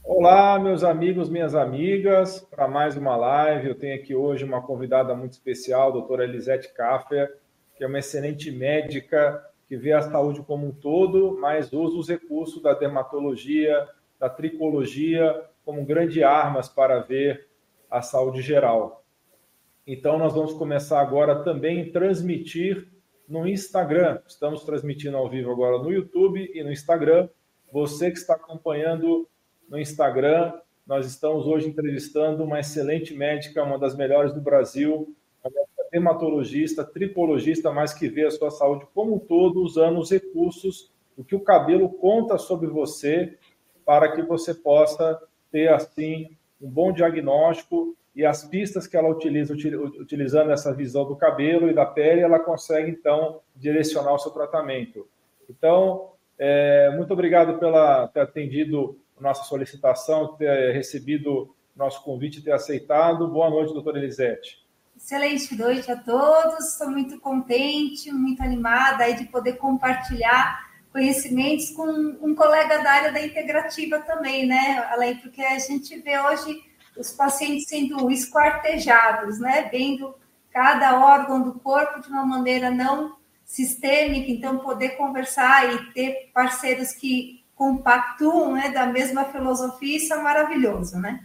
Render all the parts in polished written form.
Olá, meus amigos, minhas amigas, para mais uma live. Eu tenho aqui hoje uma convidada muito especial, a doutora Elisete Kaffer, que é uma excelente médica que vê a saúde como um todo, mas usa os recursos da dermatologia, da tricologia, como grandes armas para ver a saúde geral. Então, nós vamos começar agora também a transmitir no Instagram. Estamos transmitindo ao vivo agora no YouTube e no Instagram. Você que está acompanhando no Instagram, nós estamos hoje entrevistando uma excelente médica, uma das melhores do Brasil, uma dermatologista, tricologista, mas que vê a sua saúde como um todo, usando os recursos, o que o cabelo conta sobre você, para que você possa ter, assim, um bom diagnóstico e as pistas que ela utiliza, utilizando essa visão do cabelo e da pele, ela consegue, então, direcionar o seu tratamento. Então, muito obrigado por ter atendido a nossa solicitação, ter recebido nosso convite e ter aceitado. Boa noite, doutora Elisete. Excelente noite a todos, estou muito contente, muito animada aí de poder compartilhar conhecimentos com um colega da área da integrativa também, né, Alain? Porque a gente vê hoje os pacientes sendo esquartejados, né, vendo cada órgão do corpo de uma maneira não sistêmica, então poder conversar e ter parceiros que compactuam, né, da mesma filosofia, isso é maravilhoso, né?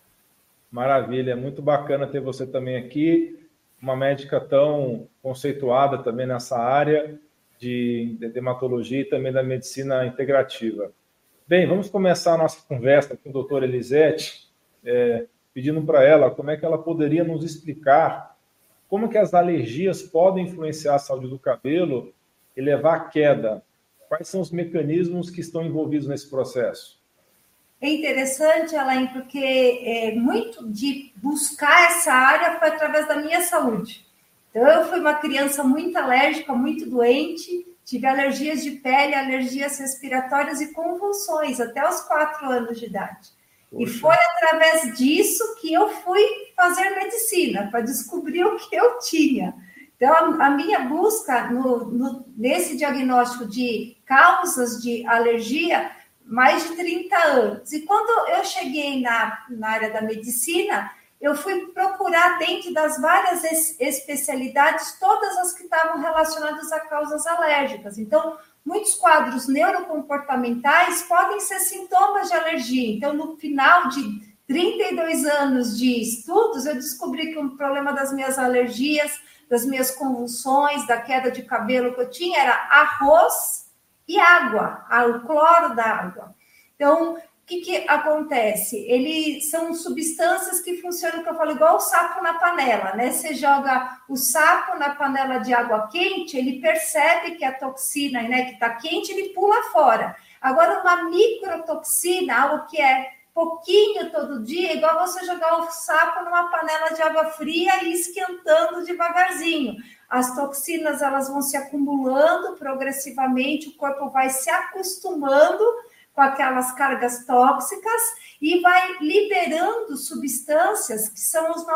Maravilha, é muito bacana ter você também aqui, uma médica tão conceituada também nessa área de dermatologia e também da medicina integrativa. Bem, vamos começar a nossa conversa com a doutora Elisete, pedindo para ela como é que ela poderia nos explicar como que as alergias podem influenciar a saúde do cabelo e levar à queda. Quais são os mecanismos que estão envolvidos nesse processo? É interessante, Alain, porque muito de buscar essa área foi através da minha saúde. Então, eu fui uma criança muito alérgica, muito doente, tive alergias de pele, alergias respiratórias e convulsões até os 4 anos de idade. Poxa. E foi através disso que eu fui fazer medicina, para descobrir o que eu tinha. Então, a minha busca nesse diagnóstico de causas de alergia mais de 30 anos. E quando eu cheguei na área da medicina, eu fui procurar dentro das várias especialidades, todas as que estavam relacionadas a causas alérgicas. Então, muitos quadros neurocomportamentais podem ser sintomas de alergia. Então, no final de 32 anos de estudos, eu descobri que um problema das minhas alergias, das minhas convulsões, da queda de cabelo que eu tinha, era arroz e água, o cloro da água. Então, o que acontece? Eles são substâncias que funcionam, que eu falo, igual o sapo na panela, né? Você joga o sapo na panela de água quente, ele percebe que a toxina, né, que está quente, ele pula fora. Agora, uma microtoxina, algo que é pouquinho todo dia, é igual você jogar o sapo numa panela de água fria e esquentando devagarzinho. As toxinas, elas vão se acumulando progressivamente, o corpo vai se acostumando com aquelas cargas tóxicas e vai liberando substâncias que são os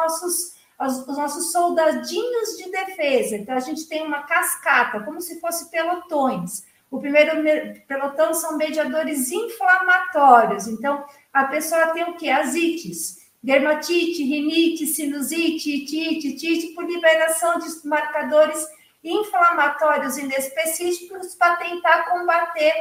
nossos soldadinhos de defesa. Então, a gente tem uma cascata, como se fosse pelotões. O primeiro pelotão são mediadores inflamatórios. Então, a pessoa tem o quê? Asites, dermatite, rinite, sinusite, otite, por liberação de marcadores inflamatórios inespecíficos para tentar combater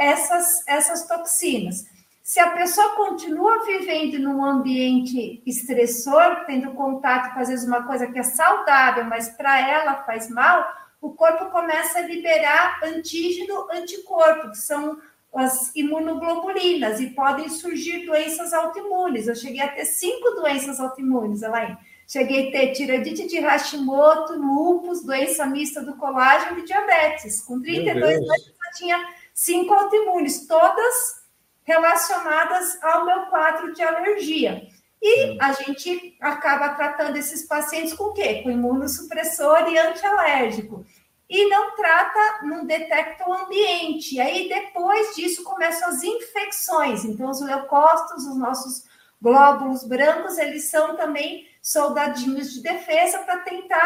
essas toxinas. Se a pessoa continua vivendo num ambiente estressor, tendo contato com, às vezes, uma coisa que é saudável, mas para ela faz mal, o corpo começa a liberar antígeno, anticorpo, que são as imunoglobulinas, e podem surgir doenças autoimunes. Eu cheguei a ter 5 doenças autoimunes, Alain. Cheguei a ter tireoidite de Hashimoto, lúpus, doença mista do colágeno e diabetes. Com 32 anos, eu tinha 5 autoimunes, todas relacionadas ao meu quadro de alergia. E a gente acaba tratando esses pacientes com o quê? Com imunossupressor e antialérgico. E não trata, não detecta o ambiente. E aí, depois disso, começam as infecções. Então, os leucócitos, os nossos glóbulos brancos, eles são também soldadinhos de defesa para tentar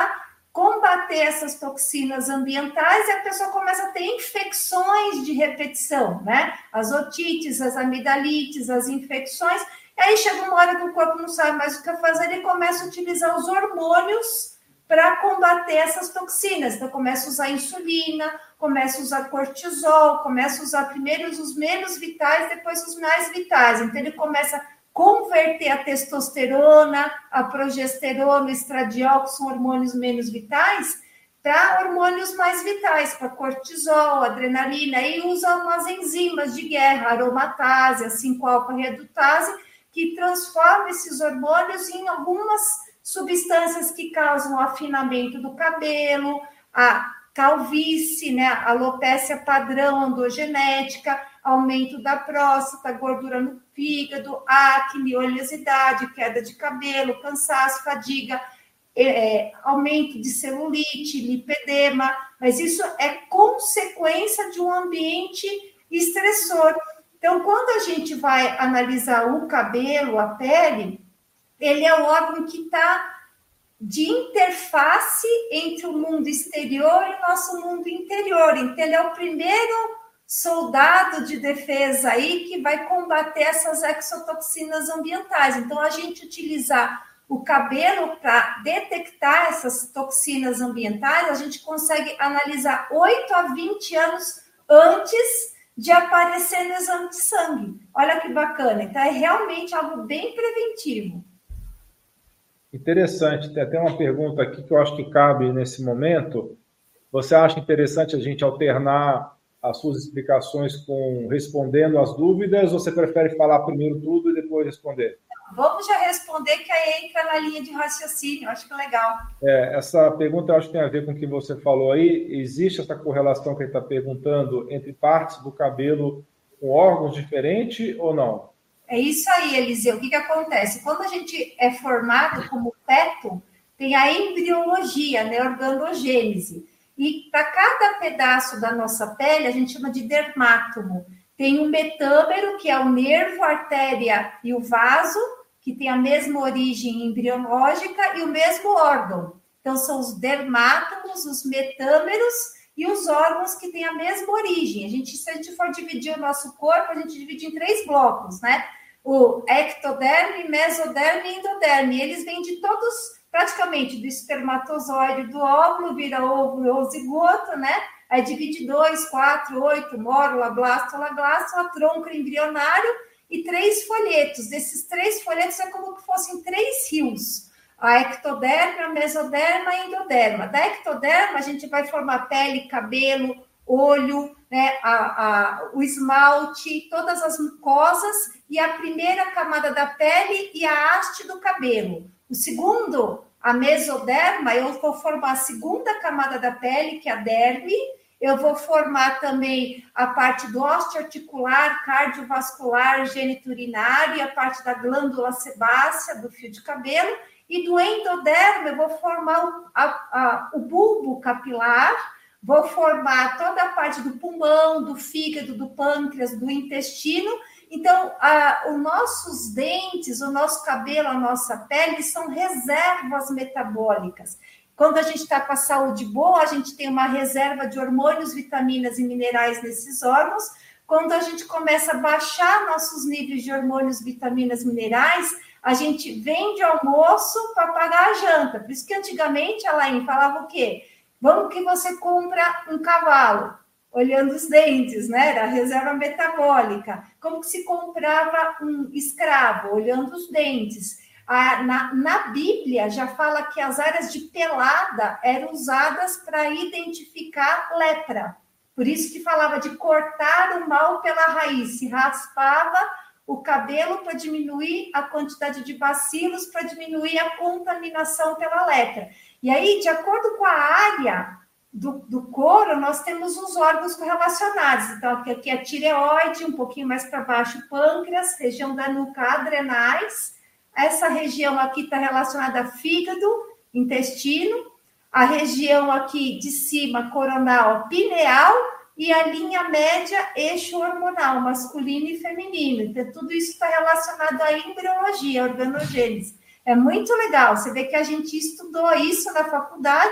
combater essas toxinas ambientais e a pessoa começa a ter infecções de repetição, né? As otites, as amidalites, as infecções. E aí chega uma hora que o corpo não sabe mais o que fazer, ele começa a utilizar os hormônios para combater essas toxinas. Então, começa a usar insulina, começa a usar cortisol, começa a usar primeiro os menos vitais, depois os mais vitais. Então, ele começa a converter a testosterona, a progesterona, o estradiol, que são hormônios menos vitais, para hormônios mais vitais, para cortisol, adrenalina, e usa umas enzimas de guerra, aromatase, a 5-alfa-redutase, que transforma esses hormônios em algumas substâncias que causam o afinamento do cabelo, a calvície, né, a alopecia padrão endogenética, aumento da próstata, gordura no fígado, acne, oleosidade, queda de cabelo, cansaço, fadiga, aumento de celulite, lipedema, mas isso é consequência de um ambiente estressor. Então, quando a gente vai analisar o cabelo, a pele, ele é o órgão que está de interface entre o mundo exterior e o nosso mundo interior. Então, ele é o primeiro soldado de defesa aí que vai combater essas exotoxinas ambientais. Então, a gente utilizar o cabelo para detectar essas toxinas ambientais, a gente consegue analisar 8 a 20 anos antes de aparecer no exame de sangue. Olha que bacana. Então, é realmente algo bem preventivo. Interessante. Tem até uma pergunta aqui que eu acho que cabe nesse momento. Você acha interessante a gente alternar as suas explicações com respondendo as dúvidas, ou você prefere falar primeiro tudo e depois responder? Vamos já responder, que aí entra na linha de raciocínio, acho que é legal. Essa pergunta eu acho que tem a ver com o que você falou aí. Existe essa correlação que ele está perguntando entre partes do cabelo com órgãos diferentes ou não? É isso aí, Eliseu. O que acontece? Quando a gente é formado como feto, tem a embriologia, né, organogênese. E para cada pedaço da nossa pele, a gente chama de dermátomo. Tem um metâmero, que é o nervo, a artéria e o vaso, que tem a mesma origem embriológica e o mesmo órgão. Então, são os dermátomos, os metâmeros e os órgãos que têm a mesma origem. Se a gente for dividir o nosso corpo, a gente divide em 3 blocos, né? O ectoderme, mesoderme e endoderme. Eles vêm de todos, praticamente, do espermatozoide, do óvulo, vira ovo ou zigoto, né? Aí divide 2, 4, 8, mórula, blástula, glástula, tronco embrionário e 3 folhetos. Desses 3 folhetos é como que fossem 3 rios. A ectoderma, a mesoderma e a endoderma. Da ectoderma, a gente vai formar pele, cabelo, olho, né, o esmalte, todas as mucosas e a primeira camada da pele e a haste do cabelo. O segundo, a mesoderma, eu vou formar a segunda camada da pele, que é a derme. Eu vou formar também a parte do osteoarticular, cardiovascular, geniturinário e a parte da glândula sebácea, do fio de cabelo. E do endoderma, eu vou formar o bulbo capilar, vou formar toda a parte do pulmão, do fígado, do pâncreas, do intestino. Então, os nossos dentes, o nosso cabelo, a nossa pele são reservas metabólicas. Quando a gente está com a saúde boa, a gente tem uma reserva de hormônios, vitaminas e minerais nesses órgãos. Quando a gente começa a baixar nossos níveis de hormônios, vitaminas, minerais, a gente vende almoço para pagar a janta. Por isso que antigamente, Alain, falava o quê? Vamos que você compra um cavalo, olhando os dentes, né? Era a reserva metabólica. Como que se comprava um escravo, olhando os dentes? Na Bíblia já fala que as áreas de pelada eram usadas para identificar lepra. Por isso que falava de cortar o mal pela raiz. Se raspava o cabelo para diminuir a quantidade de bacilos, para diminuir a contaminação pela lepra. E aí, de acordo com a área do couro, nós temos os órgãos correlacionados. Então, aqui é a tireoide, um pouquinho mais para baixo, o pâncreas, região da nuca, adrenais. Essa região aqui está relacionada a fígado, intestino. A região aqui de cima, coronal, pineal. E a linha média, eixo hormonal, masculino e feminino. Então, tudo isso está relacionado à embriologia, à organogênese. É muito legal. Você vê que a gente estudou isso na faculdade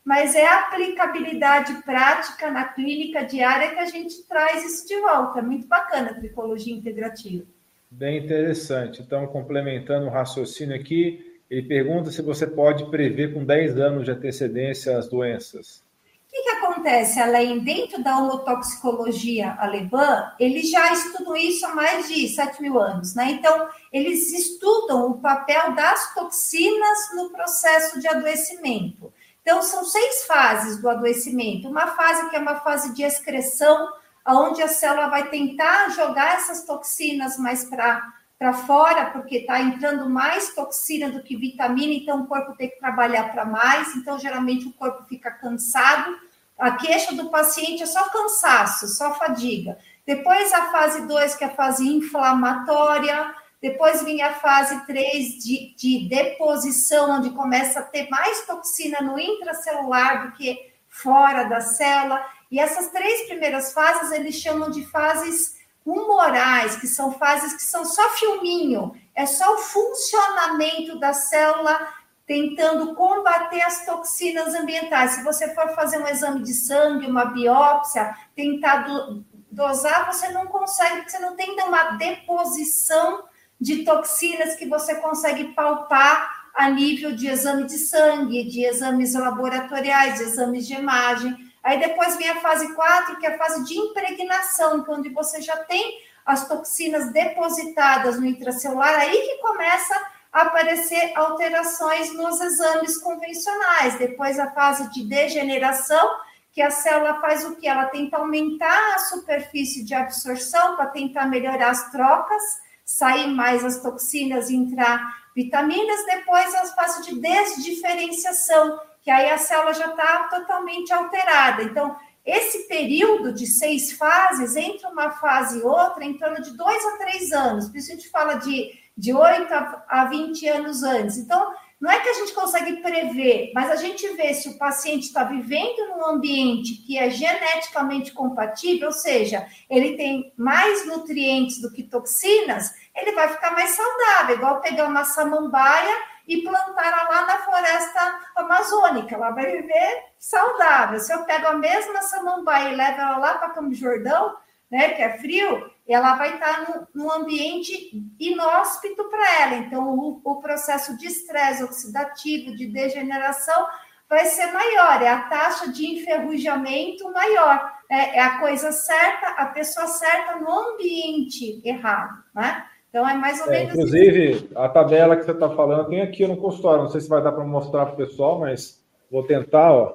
mas é a aplicabilidade prática na clínica diária que a gente traz isso de volta. É muito bacana a tricologia integrativa. Bem interessante. Então, complementando o raciocínio aqui, ele pergunta se você pode prever com 10 anos de antecedência as doenças. O que acontece, além dentro da onotoxicologia alemã, eles já estudam isso há mais de 7.000 anos, né? Então, eles estudam o papel das toxinas no processo de adoecimento. Então, são 6 fases do adoecimento. Uma fase que é uma fase de excreção, onde a célula vai tentar jogar essas toxinas mais para fora, porque está entrando mais toxina do que vitamina, então o corpo tem que trabalhar para mais, então geralmente o corpo fica cansado. A queixa do paciente é só cansaço, só fadiga. Depois a fase 2, que é a fase inflamatória, depois vem a fase 3 de deposição, onde começa a ter mais toxina no intracelular do que fora da célula. E essas 3 primeiras fases, eles chamam de fases humorais, que são fases que são só filminho, é só o funcionamento da célula tentando combater as toxinas ambientais. Se você for fazer um exame de sangue, uma biópsia, tentar dosar, você não consegue, porque você não tem uma deposição de toxinas que você consegue palpar a nível de exame de sangue, de exames laboratoriais, de exames de imagem. Aí depois vem a fase 4, que é a fase de impregnação, onde você já tem as toxinas depositadas no intracelular, aí que começa a aparecer alterações nos exames convencionais. Depois a fase de degeneração, que a célula faz o quê? Ela tenta aumentar a superfície de absorção para tentar melhorar as trocas, sair mais as toxinas, entrar vitaminas. Depois a fase de desdiferenciação, que aí a célula já está totalmente alterada. Então, esse período de 6 fases, entre uma fase e outra, em torno de 2 a 3 anos. Por isso a gente fala de 8 a 20 anos antes. Então, não é que a gente consegue prever, mas a gente vê se o paciente está vivendo num ambiente que é geneticamente compatível, ou seja, ele tem mais nutrientes do que toxinas, ele vai ficar mais saudável, igual pegar uma samambaia e plantar ela lá na floresta amazônica, ela vai viver saudável. Se eu pego a mesma samambaia e levo ela lá para Campos do Jordão, né, que é frio, ela vai estar num ambiente inóspito para ela. Então, o processo de estresse oxidativo, de degeneração, vai ser maior, é a taxa de enferrujamento maior. É a coisa certa, a pessoa certa no ambiente errado, né? Então, é mais ou menos inclusive, isso. A tabela que você está falando tem aqui no consultório. Não sei se vai dar para mostrar para o pessoal, mas vou tentar, ó.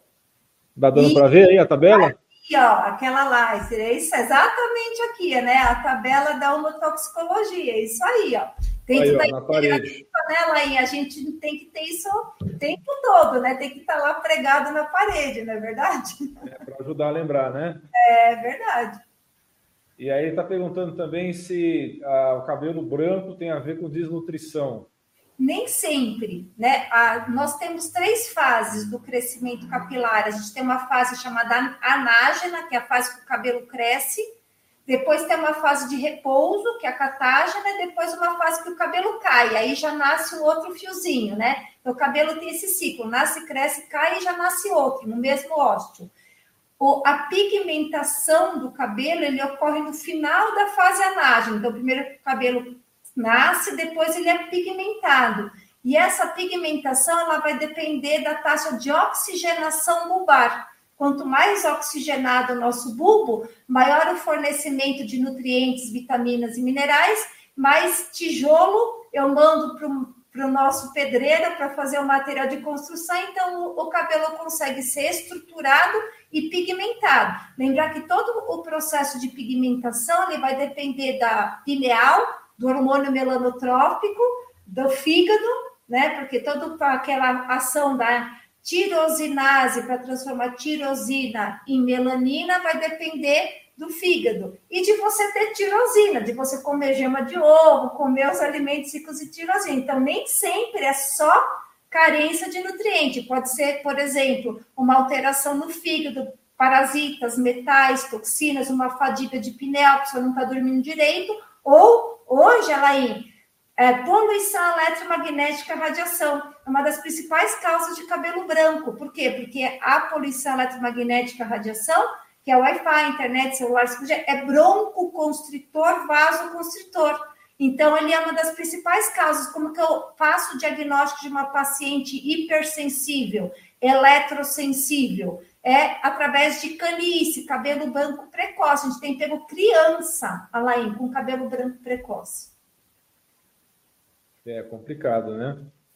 Dá dando para ver aí a tabela? Aqui, ó, aquela lá, isso é exatamente aqui, né? A tabela da onotoxicologia, é isso aí, ó. Dentro aí, ó, na parede. Né, Laí? A gente tem que ter isso o tempo todo, né? Tem que estar lá pregado na parede, não é verdade? Para ajudar a lembrar, né? É verdade. E aí está perguntando também se o cabelo branco tem a ver com desnutrição. Nem sempre, né? Nós temos 3 fases do crescimento capilar. A gente tem uma fase chamada anágena, que é a fase que o cabelo cresce. Depois tem uma fase de repouso, que é a catágena. E depois uma fase que o cabelo cai. Aí já nasce um outro fiozinho, né? Então, o cabelo tem esse ciclo. Nasce, cresce, cai e já nasce outro, no mesmo ósteo. A pigmentação do cabelo, ele ocorre no final da fase anágena. Então, primeiro o cabelo nasce, depois ele é pigmentado. E essa pigmentação, ela vai depender da taxa de oxigenação bulbar. Quanto mais oxigenado o nosso bulbo, maior o fornecimento de nutrientes, vitaminas e minerais, mais tijolo eu mando para o nosso pedreiro para fazer o material de construção, então o cabelo consegue ser estruturado e pigmentado. Lembrar que todo o processo de pigmentação ele vai depender da pineal, do hormônio melanotrópico, do fígado, né? Porque toda aquela ação da tirosinase para transformar tirosina em melanina vai depender do fígado. E de você ter tirosina, de você comer gema de ovo, comer os alimentos ricos em tirosina. Então, nem sempre é só carência de nutriente. Pode ser, por exemplo, uma alteração no fígado, parasitas, metais, toxinas, uma fadiga de pineal, a pessoa não está dormindo direito, ou hoje, Alain, Poluição eletromagnética, radiação. É uma das principais causas de cabelo branco. Por quê? Porque a poluição eletromagnética, radiação, que é Wi-Fi, internet, celular, é broncoconstritor, vasoconstritor. Então, ele é uma das principais causas. Como que eu faço o diagnóstico de uma paciente hipersensível, eletrossensível? É através de canice, cabelo branco precoce. A gente tem pego criança, Alain, com cabelo branco precoce. É complicado, né?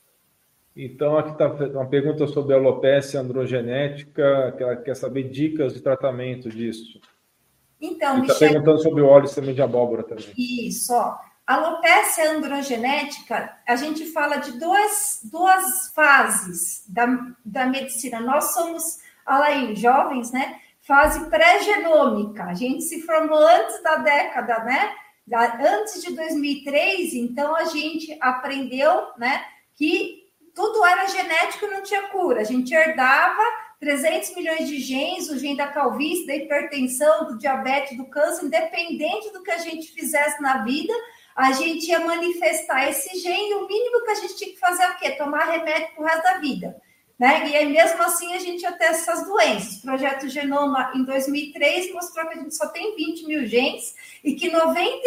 Então, aqui está uma pergunta sobre alopecia androgenética, que ela quer saber dicas de tratamento disso. Então, está perguntando sobre o óleo de semente de abóbora também. Isso, ó. Alopecia androgenética, a gente fala de duas fases da medicina. Nós somos, Alain, jovens, né? Fase pré-genômica. A gente se formou antes da década, né? Antes de 2003, então a gente aprendeu, né, que tudo era genético e não tinha cura. A gente herdava 300 milhões de genes, o gene da calvície, da hipertensão, do diabetes, do câncer, independente do que a gente fizesse na vida, a gente ia manifestar esse gene, e o mínimo que a gente tinha que fazer é o quê? Tomar remédio pro resto da vida. Né? E aí, mesmo assim, a gente ia ter essas doenças. O Projeto Genoma, em 2003, mostrou que a gente só tem 20 mil genes e que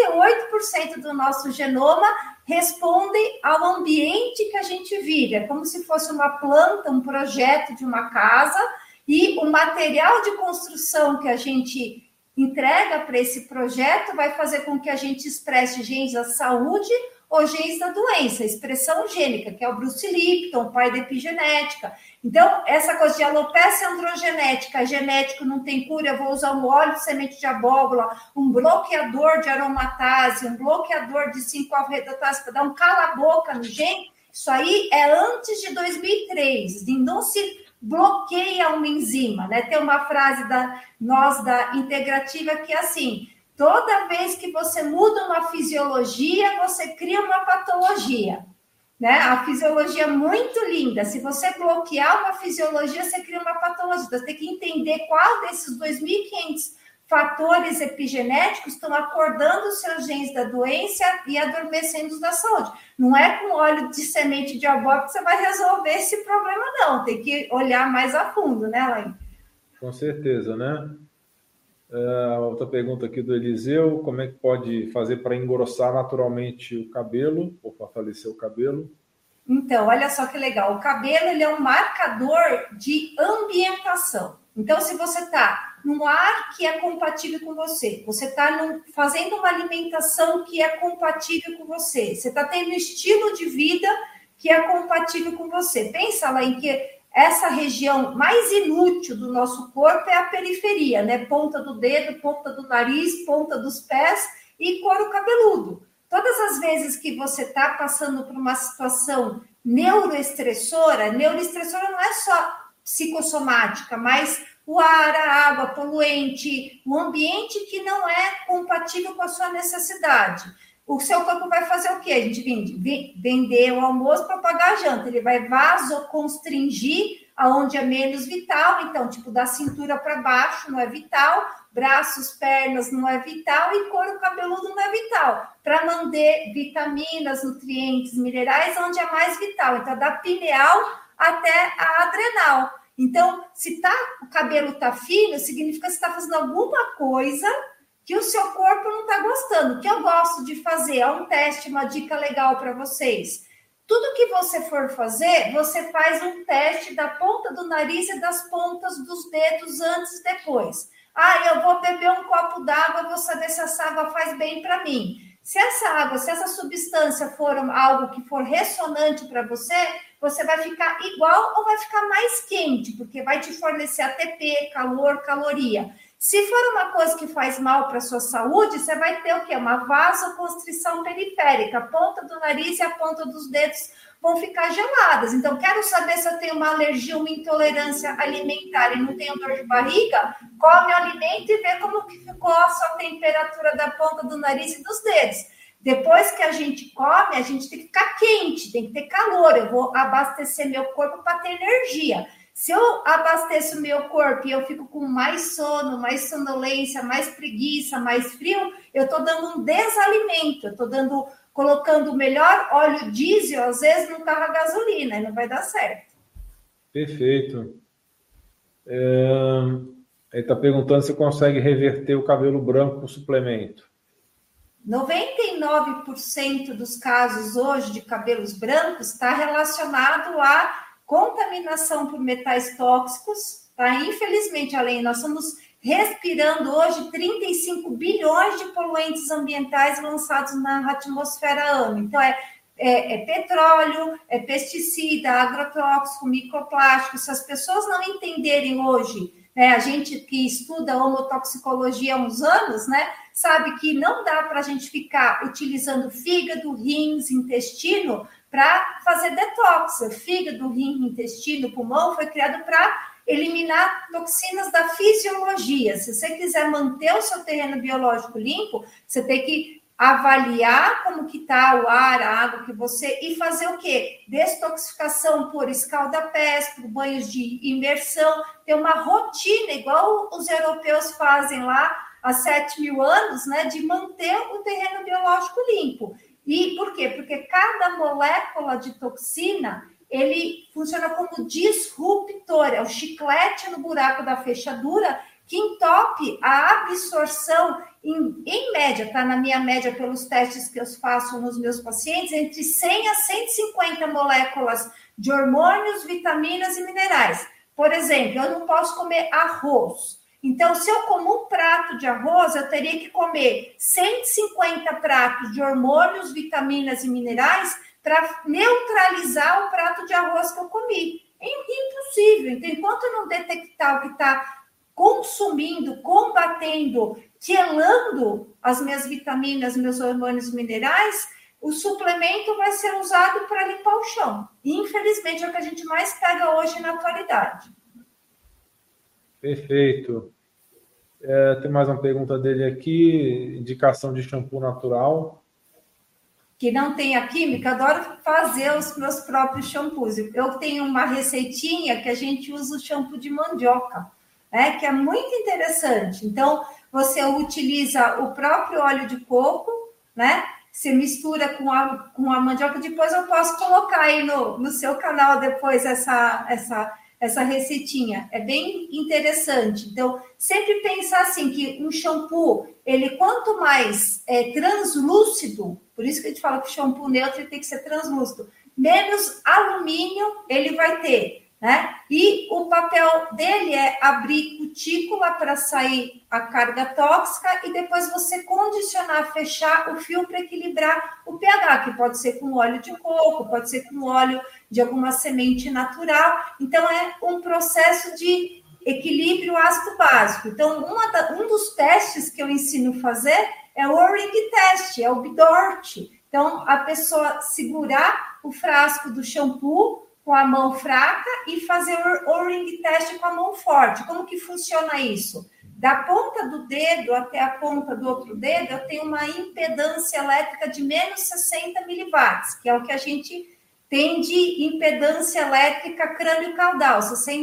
98% do nosso genoma responde ao ambiente que a gente vive. É como se fosse uma planta, um projeto de uma casa, e o material de construção que a gente entrega para esse projeto vai fazer com que a gente expresse genes da saúde ou genes da doença, expressão gênica, que é o Bruce Lipton, pai da epigenética. Então, essa coisa de alopecia androgenética, genético não tem cura, eu vou usar um óleo de semente de abóbora, um bloqueador de aromatase, um bloqueador de 5-alfa-redutase para dar um cala-boca no gene, isso aí é antes de 2003, e não se bloqueia uma enzima, né? Tem uma frase da Integrativa que é assim: toda vez que você muda uma fisiologia, você cria uma patologia, né? A fisiologia é muito linda. Se você bloquear uma fisiologia, você cria uma patologia. Então, você tem que entender qual desses 2.500 fatores epigenéticos estão acordando os seus genes da doença e adormecendo os da saúde. Não é com óleo de semente de abóbora que você vai resolver esse problema, não. Tem que olhar mais a fundo, né, Laine? Com certeza, né? Outra pergunta aqui do Eliseu: como é que pode fazer para engrossar naturalmente o cabelo ou fortalecer o cabelo? Então, olha só que legal. O cabelo, ele é um marcador de ambientação. Então, se você está num ar que é compatível com você, você está fazendo uma alimentação que é compatível com você, você está tendo um estilo de vida que é compatível com você. Pensa lá em que essa região mais inútil do nosso corpo é a periferia, né? Ponta do dedo, ponta do nariz, ponta dos pés e couro cabeludo. Todas as vezes que você está passando por uma situação neuroestressora não é só psicossomática, mas o ar, a água poluente, o ambiente que não é compatível com a sua necessidade. O seu corpo vai fazer o quê? A gente vender o almoço para pagar a janta. Ele vai vasoconstringir aonde é menos vital. Então, tipo, da cintura para baixo não é vital, braços, pernas não é vital e couro cabeludo não é vital. Para manter vitaminas, nutrientes, minerais, onde é mais vital. Então, da pineal até a adrenal. Então, se o cabelo está fino, significa que você está fazendo alguma coisa que o seu corpo não está gostando. O que eu gosto de fazer é um teste, uma dica legal para vocês. Tudo que você for fazer, você faz um teste da ponta do nariz e das pontas dos dedos antes e depois. Eu vou beber um copo d'água, vou saber se essa água faz bem para mim. Se essa substância for algo que for ressonante para você, você vai ficar igual ou vai ficar mais quente, porque vai te fornecer ATP, calor, caloria. Se for uma coisa que faz mal para a sua saúde, você vai ter o quê? Uma vasoconstrição periférica. A ponta do nariz e a ponta dos dedos vão ficar geladas. Então, quero saber se eu tenho uma alergia, uma intolerância alimentar e não tenho dor de barriga? Come o alimento e vê como que ficou a sua temperatura da ponta do nariz e dos dedos. Depois que a gente come, a gente tem que ficar quente, tem que ter calor. Eu vou abastecer meu corpo para ter energia. Se eu abasteço o meu corpo e eu fico com mais sono, mais sonolência, mais preguiça, mais frio, eu estou dando um desalimento, eu estou dando colocando o melhor óleo diesel, às vezes, no carro a gasolina, e não vai dar certo. Perfeito. Ele está perguntando se consegue reverter o cabelo branco com suplemento. 99% dos casos hoje de cabelos brancos está relacionado à contaminação por metais tóxicos, tá? Infelizmente, nós estamos respirando hoje 35 bilhões de poluentes ambientais lançados na atmosfera ano. Então, é petróleo, é pesticida, agrotóxico, microplástico. Se as pessoas não entenderem hoje, né, a gente que estuda homotoxicologia há uns anos, né, sabe que não dá para a gente ficar utilizando fígado, rins, intestino para fazer detox. O fígado, rim, intestino, pulmão foi criado para eliminar toxinas da fisiologia. Se você quiser manter o seu terreno biológico limpo, você tem que avaliar como que está o ar, a água que você... E fazer o quê? Detoxificação por escaldapés, por banhos de imersão, ter uma rotina, igual os europeus fazem lá há 7.000 anos, né, de manter o terreno biológico limpo. E por quê? Porque cada molécula de toxina, ele funciona como disruptor, é o chiclete no buraco da fechadura que entope a absorção em média, tá? Na minha média, pelos testes que eu faço nos meus pacientes, entre 100 a 150 moléculas de hormônios, vitaminas e minerais. Por exemplo, eu não posso comer arroz. Então, se eu como um prato de arroz, eu teria que comer 150 pratos de hormônios, vitaminas e minerais para neutralizar o prato de arroz que eu comi. É impossível. Então, enquanto eu não detectar o que está consumindo, combatendo, quelando as minhas vitaminas, meus hormônios minerais, o suplemento vai ser usado para limpar o chão. E, infelizmente, é o que a gente mais pega hoje na atualidade. Perfeito. Tem mais uma pergunta dele aqui, indicação de shampoo natural. Que não tenha química, adoro fazer os meus próprios shampoos. Eu tenho uma receitinha que a gente usa o shampoo de mandioca, né, que é muito interessante. Então, você utiliza o próprio óleo de coco, né? Você mistura com a mandioca. Depois eu posso colocar aí no seu canal depois essa receitinha. É bem interessante. Então, sempre pensar assim, que um shampoo, ele quanto mais translúcido, por isso que a gente fala que o shampoo neutro tem que ser translúcido, menos alumínio ele vai ter, né? E o papel dele é abrir cutícula para sair a carga tóxica e depois você condicionar, fechar o fio para equilibrar o pH, que pode ser com óleo de coco, pode ser com óleo de alguma semente natural. Então, é um processo de equilíbrio ácido básico. Então, um dos testes que eu ensino a fazer é o O-ring test, é o BDORT. Então, a pessoa segurar o frasco do shampoo com a mão fraca e fazer o O-ring test com a mão forte. Como que funciona isso? Da ponta do dedo até a ponta do outro dedo, eu tenho uma impedância elétrica de menos 60 miliwatts, que é o que a gente tem de impedância elétrica crânio-caudal,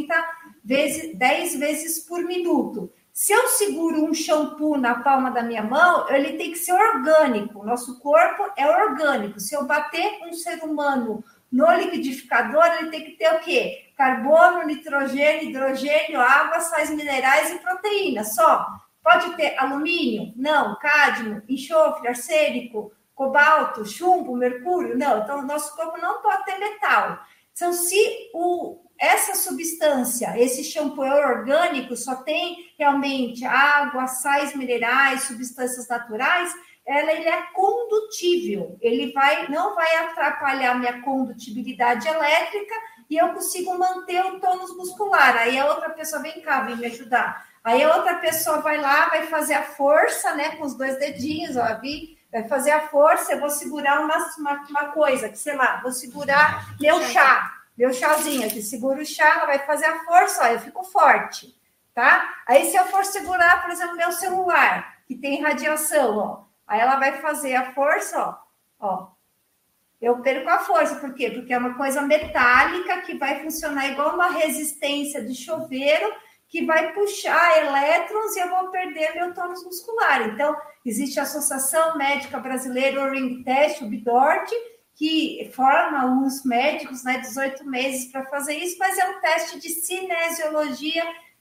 10 vezes por minuto. Se eu seguro um shampoo na palma da minha mão, ele tem que ser orgânico. Nosso corpo é orgânico. Se eu bater um ser humano no liquidificador, ele tem que ter o quê? Carbono, nitrogênio, hidrogênio, água, sais minerais e proteínas. Só. Pode ter alumínio? Não. Cádmio, enxofre, arsênico, cobalto, chumbo, mercúrio? Não. Então, o nosso corpo não pode ter metal. Então, se essa substância, esse shampoo é orgânico, só tem realmente água, sais minerais, substâncias naturais, ele é condutível, ele não vai atrapalhar minha condutibilidade elétrica e eu consigo manter o tônus muscular. Aí a outra pessoa, vem cá, vem me ajudar. Aí a outra pessoa vai lá, vai fazer a força, né, com os 2 dedinhos, ó, vai fazer a força, eu vou segurar uma coisa, que sei lá, vou segurar meu chazinho aqui, segura o chá, ela vai fazer a força, ó, eu fico forte, tá? Aí se eu for segurar, por exemplo, meu celular, que tem radiação, ó, aí ela vai fazer a força, ó, eu perco a força, por quê? Porque é uma coisa metálica que vai funcionar igual uma resistência de chuveiro, que vai puxar elétrons e eu vou perder meu tônus muscular. Então, existe a Associação Médica Brasileira, o Ring Test, o BIDORT, que forma os médicos, né, 18 meses para fazer isso, mas é um teste de kinesiologia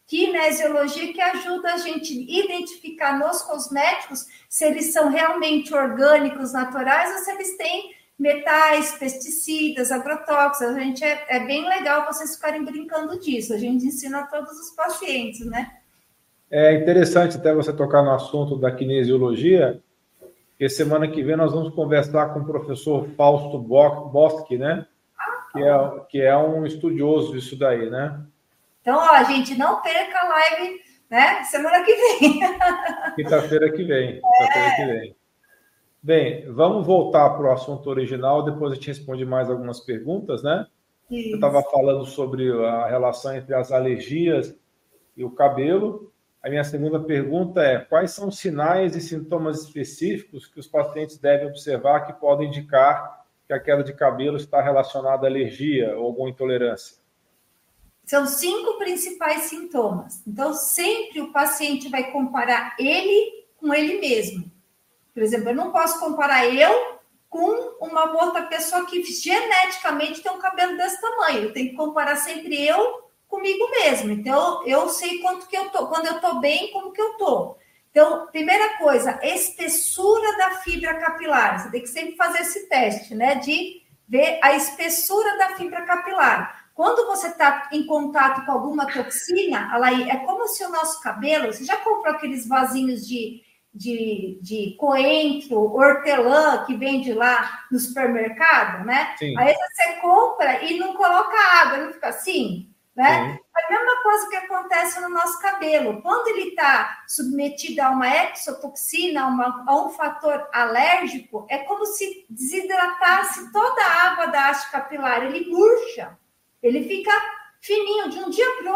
que ajuda a gente a identificar nos cosméticos se eles são realmente orgânicos, naturais, ou se eles têm metais, pesticidas, agrotóxicos. A gente é bem legal vocês ficarem brincando disso. A gente ensina a todos os pacientes, né? É interessante até você tocar no assunto da kinesiologia, porque semana que vem nós vamos conversar com o professor Fausto Boschi, né? Que é um estudioso disso daí, né? Então, ó, gente, não perca a live, né? Semana que vem. Quinta-feira que vem. Bem, vamos voltar para o assunto original, depois a gente responde mais algumas perguntas, né? Isso. Eu estava falando sobre a relação entre as alergias e o cabelo. A minha segunda pergunta é: quais são os sinais e sintomas específicos que os pacientes devem observar que podem indicar que a queda de cabelo está relacionada à alergia ou alguma intolerância? São 5 principais sintomas. Então, sempre o paciente vai comparar ele com ele mesmo. Por exemplo, eu não posso comparar eu com uma outra pessoa que geneticamente tem um cabelo desse tamanho. Eu tenho que comparar sempre eu comigo mesmo. Então, eu sei quanto que eu tô, quando eu tô bem, como que eu tô. Então, primeira coisa, espessura da fibra capilar. Você tem que sempre fazer esse teste, né? De ver a espessura da fibra capilar. Quando você está em contato com alguma toxina, Alaí, é como se o nosso cabelo... Você já comprou aqueles vasinhos de coentro, hortelã, que vende lá no supermercado, né? Sim. Aí você compra e não coloca água, não fica assim, né? Sim. A mesma coisa que acontece no nosso cabelo. Quando ele está submetido a uma exotoxina, a um fator alérgico, é como se desidratasse toda a água da haste capilar. Ele murcha. Ele fica fininho de um dia para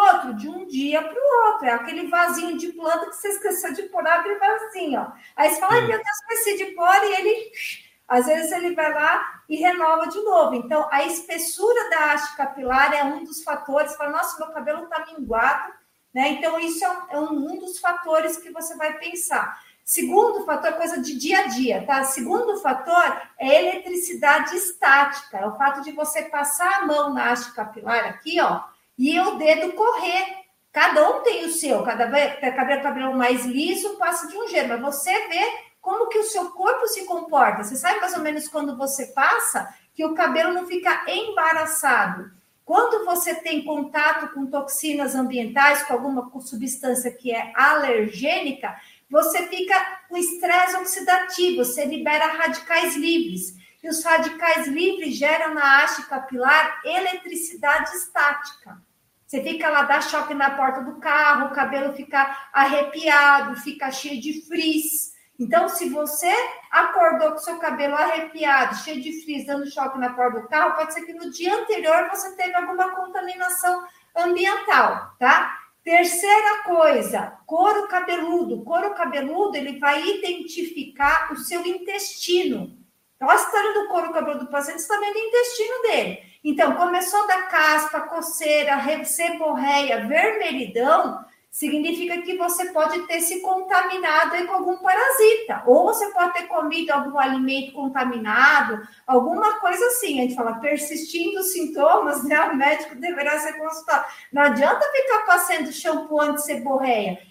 o outro. É aquele vasinho de planta que você esqueceu de pôr, abre e vai assim, ó. Aí você fala, ai, meu Deus, esqueci de pôr, e ele, às vezes, ele vai lá e renova de novo. Então, a espessura da haste capilar é um dos fatores. Você fala, nossa, meu cabelo está minguado, né? Então, isso é um dos fatores que você vai pensar. Segundo fator, coisa de dia a dia, tá? Segundo fator é eletricidade estática. É o fato de você passar a mão na haste capilar aqui, ó, e o dedo correr. Cada um tem o seu. Cada cabelo mais liso passa de um jeito, mas você vê como que o seu corpo se comporta. Você sabe mais ou menos quando você passa que o cabelo não fica embaraçado. Quando você tem contato com toxinas ambientais, com alguma substância que é alergênica, você fica com estresse oxidativo, você libera radicais livres. E os radicais livres geram na haste capilar eletricidade estática. Você fica lá, dá choque na porta do carro, o cabelo fica arrepiado, fica cheio de frizz. Então, se você acordou com seu cabelo arrepiado, cheio de frizz, dando choque na porta do carro, pode ser que no dia anterior você teve alguma contaminação ambiental, tá? Terceira coisa, couro cabeludo. Couro cabeludo, ele vai identificar o seu intestino. Então, a história do couro cabeludo do paciente está vendo o intestino dele. Então, começou da caspa, coceira, seborreia, vermelhidão, significa que você pode ter se contaminado aí com algum parasita. Ou você pode ter comido algum alimento contaminado, alguma coisa assim. A gente fala, persistindo os sintomas, né? O médico deverá ser consultado. Não adianta ficar passando shampoo anti-seborreia.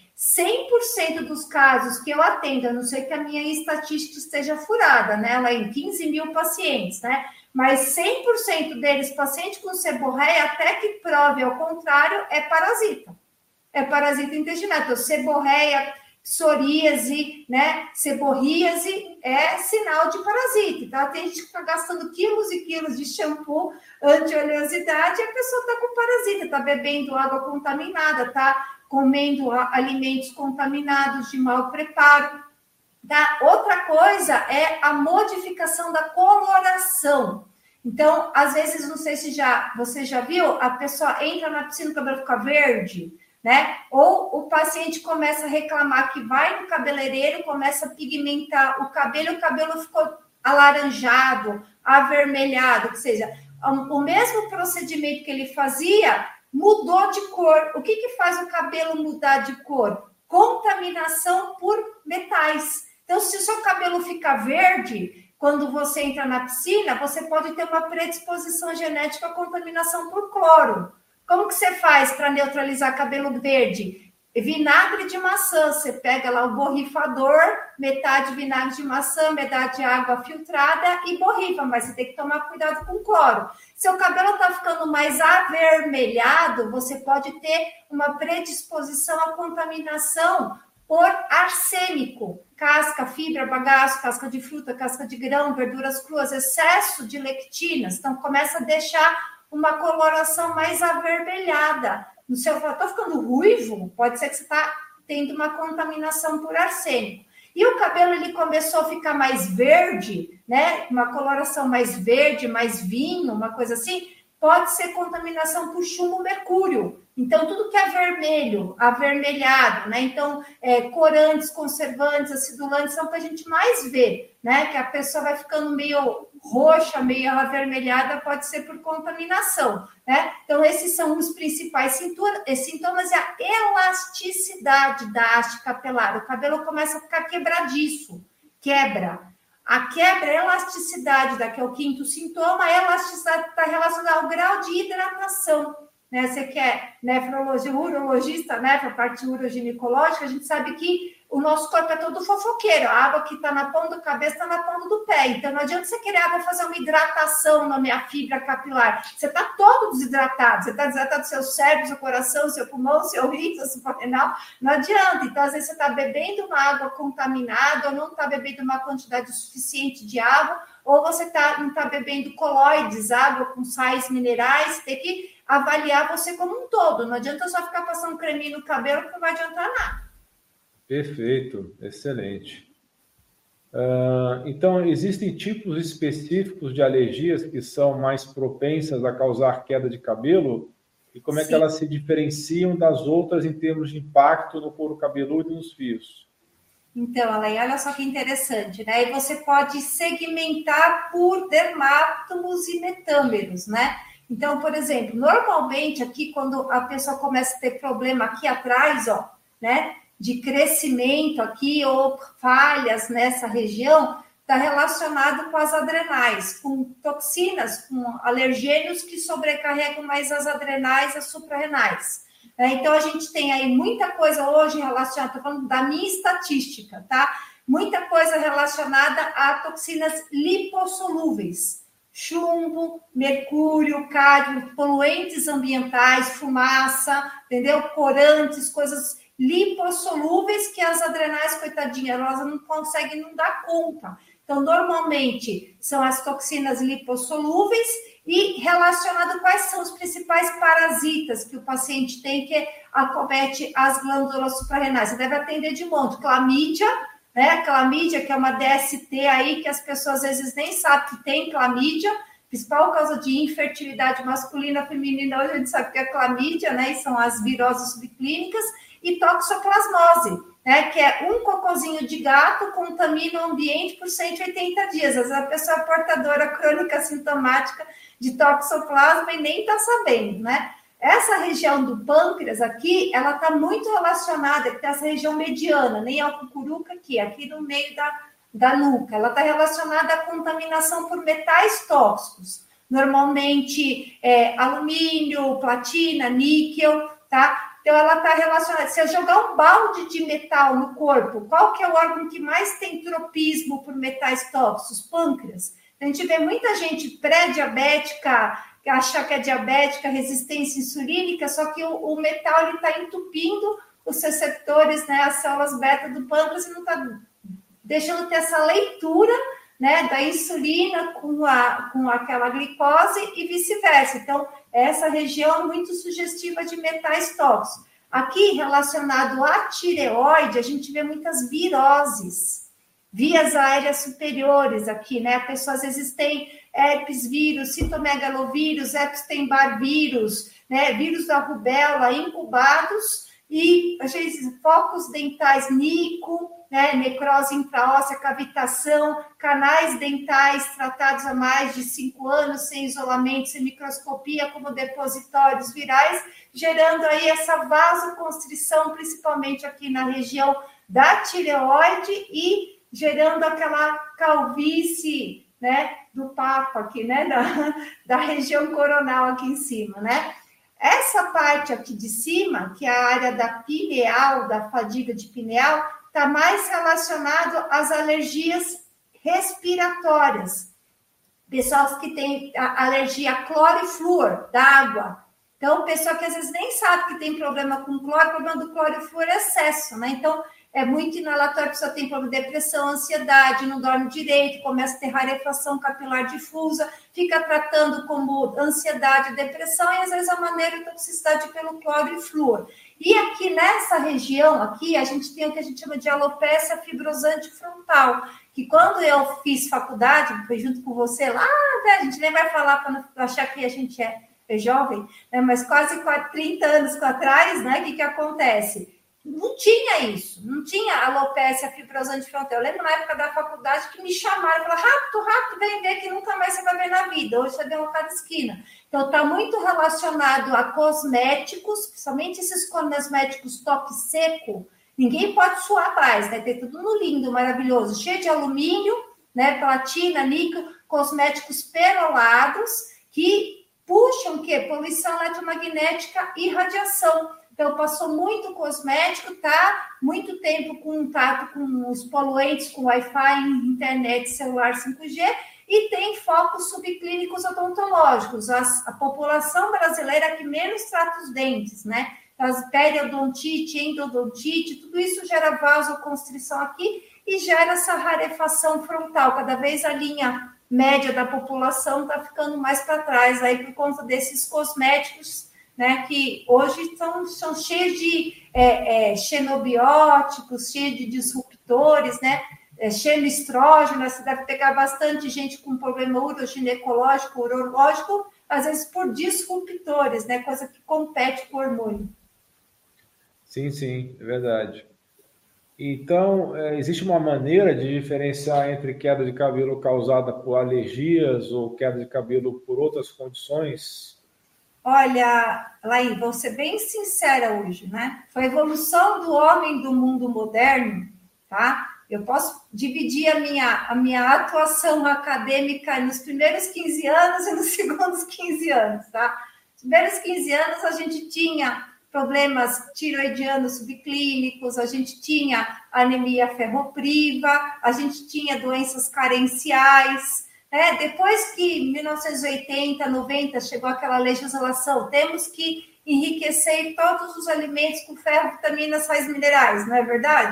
100% dos casos que eu atendo, a não ser que a minha estatística esteja furada, né? Ela é em 15 mil pacientes, né? Mas 100% deles, paciente com seborreia, até que prove ao contrário, é parasita. É parasita intestinal. Então, seborreia, psoríase, né? Seborríase é sinal de parasita. Então, tem gente que está gastando quilos e quilos de shampoo anti-oleosidade e a pessoa está com parasita, está bebendo água contaminada, está comendo alimentos contaminados de mau preparo. Tá? Outra coisa é a modificação da coloração. Então, às vezes, não sei se você já viu, a pessoa entra na piscina e o cabelo fica verde, né? Ou o paciente começa a reclamar que vai no cabeleireiro, começa a pigmentar o cabelo ficou alaranjado, avermelhado, ou seja, o mesmo procedimento que ele fazia mudou de cor. O que faz o cabelo mudar de cor? Contaminação por metais. Então, se o seu cabelo fica verde, quando você entra na piscina, você pode ter uma predisposição genética à contaminação por cloro. Como que você faz para neutralizar cabelo verde? Vinagre de maçã, você pega lá o borrifador, metade vinagre de maçã, metade água filtrada e borrifa, mas você tem que tomar cuidado com o cloro. Seu cabelo está ficando mais avermelhado, você pode ter uma predisposição à contaminação por arsênico, casca, fibra, bagaço, casca de fruta, casca de grão, verduras cruas, excesso de lectinas, então começa a deixar uma coloração mais avermelhada. No seu, estou ficando ruivo, pode ser que você está tendo uma contaminação por arsênico. E o cabelo, ele começou a ficar mais verde, né? Uma coloração mais verde, mais vinho, uma coisa assim, pode ser contaminação por chumbo mercúrio. Então, tudo que é vermelho, avermelhado, né? Então, corantes, conservantes, acidulantes, são o que a gente mais vê, né? Que a pessoa vai ficando meio roxa, meio avermelhada, pode ser por contaminação, né? Então, esses são os principais sintomas e a elasticidade da haste capilar. O cabelo começa a ficar quebradiço, quebra. A quebra, a elasticidade, que é o quinto sintoma, a elasticidade está relacionada ao grau de hidratação. Né? Você que é urologista, né? Para a parte uroginecológica, a gente sabe que o nosso corpo é todo fofoqueiro. A água que está na ponta da cabeça está na ponta do pé. Então, não adianta você querer água fazer uma hidratação na minha fibra capilar. Você está todo desidratado. Você está desidratado do seu cérebro, seu coração, seu pulmão, seu rim, seu suprarrenal. Não adianta. Então, às vezes, você está bebendo uma água contaminada ou não está bebendo uma quantidade suficiente de água, ou você não está bebendo colóides, água com sais minerais. Tem que avaliar você como um todo. Não adianta só ficar passando creminho no cabelo, que não vai adiantar nada. Perfeito, excelente. Então, existem tipos específicos de alergias que são mais propensas a causar queda de cabelo? E como é que elas se diferenciam das outras em termos de impacto no couro cabeludo e nos fios? Então, Alain, olha só que interessante, né? E você pode segmentar por dermátomos e metâmeros, né? Então, por exemplo, normalmente aqui, quando a pessoa começa a ter problema aqui atrás, ó, né? De crescimento aqui ou falhas nessa região, está relacionado com as adrenais, com toxinas, com alergênios que sobrecarregam mais as adrenais, as suprarrenais. Então, a gente tem aí muita coisa hoje relacionada, estou falando da minha estatística, tá? Muita coisa relacionada a toxinas lipossolúveis, chumbo, mercúrio, cádmio, poluentes ambientais, fumaça, entendeu? Corantes, coisas lipossolúveis que as adrenais, coitadinhas, elas não conseguem não dar conta. Então, normalmente, são as toxinas lipossolúveis e relacionado quais são os principais parasitas que o paciente tem que acomete as glândulas suprarrenais. Você deve atender de monte. Clamídia, né? Clamídia, que é uma DST aí que as pessoas às vezes nem sabem que tem clamídia, principal causa de infertilidade masculina, feminina, hoje a gente sabe que é clamídia, né? E são as viroses subclínicas. E toxoplasmose, né, que é um cocôzinho de gato contamina o ambiente por 180 dias. Às vezes a pessoa é portadora crônica sintomática de toxoplasma e nem está sabendo, né? Essa região do pâncreas aqui, ela está muito relacionada, que tem essa região mediana, nem a cucuruca aqui no meio da nuca. Ela está relacionada à contaminação por metais tóxicos. Normalmente, alumínio, platina, níquel, tá? Então, ela está relacionada. Se eu jogar um balde de metal no corpo, qual que é o órgão que mais tem tropismo por metais tóxicos? Pâncreas. A gente vê muita gente pré-diabética, que acha que é diabética, resistência insulínica, só que o metal está entupindo os receptores, né, as células beta do pâncreas e não está deixando ter essa leitura, né, da insulina com aquela glicose e vice-versa. Então, essa região é muito sugestiva de metais tóxicos. Aqui, relacionado à tireoide, a gente vê muitas viroses, vias aéreas superiores aqui, né? A pessoa às vezes tem herpes vírus, citomegalovírus, Epstein-Barr vírus, né? Vírus da rubéola incubados e, às vezes, focos dentais nico, né, necrose intraóssea, cavitação, canais dentais tratados há mais de 5 anos, sem isolamento, sem microscopia, como depositórios virais, gerando aí essa vasoconstrição, principalmente aqui na região da tireoide e gerando aquela calvície, né, do papo aqui, né, da região coronal aqui em cima, né? Essa parte aqui de cima, que é a área da pineal, da fadiga de pineal, está mais relacionado às alergias respiratórias. Pessoas que têm alergia a cloro e flúor da água. Então, pessoa que às vezes nem sabe que tem problema com cloro, o problema do cloro e flúor é excesso, né? Então, é muito inalatório, a pessoa tem problema de depressão, ansiedade, não dorme direito, começa a ter rarefação capilar difusa, fica tratando como ansiedade, depressão, e às vezes a maneira de toxicidade pelo cloro e flúor. E aqui nessa região, aqui, a gente tem o que a gente chama de alopecia fibrosante frontal, que quando eu fiz faculdade, foi junto com você lá, né, a gente nem vai falar para não achar que a gente é jovem, né, mas quase 30 anos atrás, né, o que acontece? Não tinha isso, não tinha alopecia fibrosante frontal. Eu lembro na época da faculdade que me chamaram e falaram, rápido, vem ver que nunca mais você vai ver na vida. Hoje você deu uma cada esquina. Então, está muito relacionado a cosméticos, principalmente esses cosméticos toque seco. Ninguém pode suar mais, né? Tem tudo no lindo, maravilhoso, cheio de alumínio, né? Platina, níquel, cosméticos perolados que puxam o quê? Poluição eletromagnética e radiação. Então, passou muito cosmético, tá? Muito tempo com contato com os poluentes, com Wi-Fi, internet, celular 5G, e tem focos subclínicos odontológicos. A população brasileira que menos trata os dentes, né? As periodontite, endodontite, tudo isso gera vasoconstrição aqui e gera essa rarefação frontal. Cada vez a linha média da população está ficando mais para trás aí por conta desses cosméticos, né, que hoje são cheios de xenobióticos, cheios de disruptores, né, xenoestrógeno, você deve pegar bastante gente com problema uroginecológico, urológico, às vezes por disruptores, né, coisa que compete com o hormônio. Sim, é verdade. Então, existe uma maneira de diferenciar entre queda de cabelo causada por alergias ou queda de cabelo por outras condições? Olha, Laí, vou ser bem sincera hoje, né? Foi a evolução do homem do mundo moderno, tá? Eu posso dividir a minha atuação acadêmica nos primeiros 15 anos e nos segundos 15 anos, tá? Nos primeiros 15 anos a gente tinha problemas tiroidianos subclínicos, a gente tinha anemia ferropriva, a gente tinha doenças carenciais. Depois que em 1980, 90 chegou aquela legislação, temos que enriquecer todos os alimentos com ferro, vitaminas, sais minerais, não é verdade?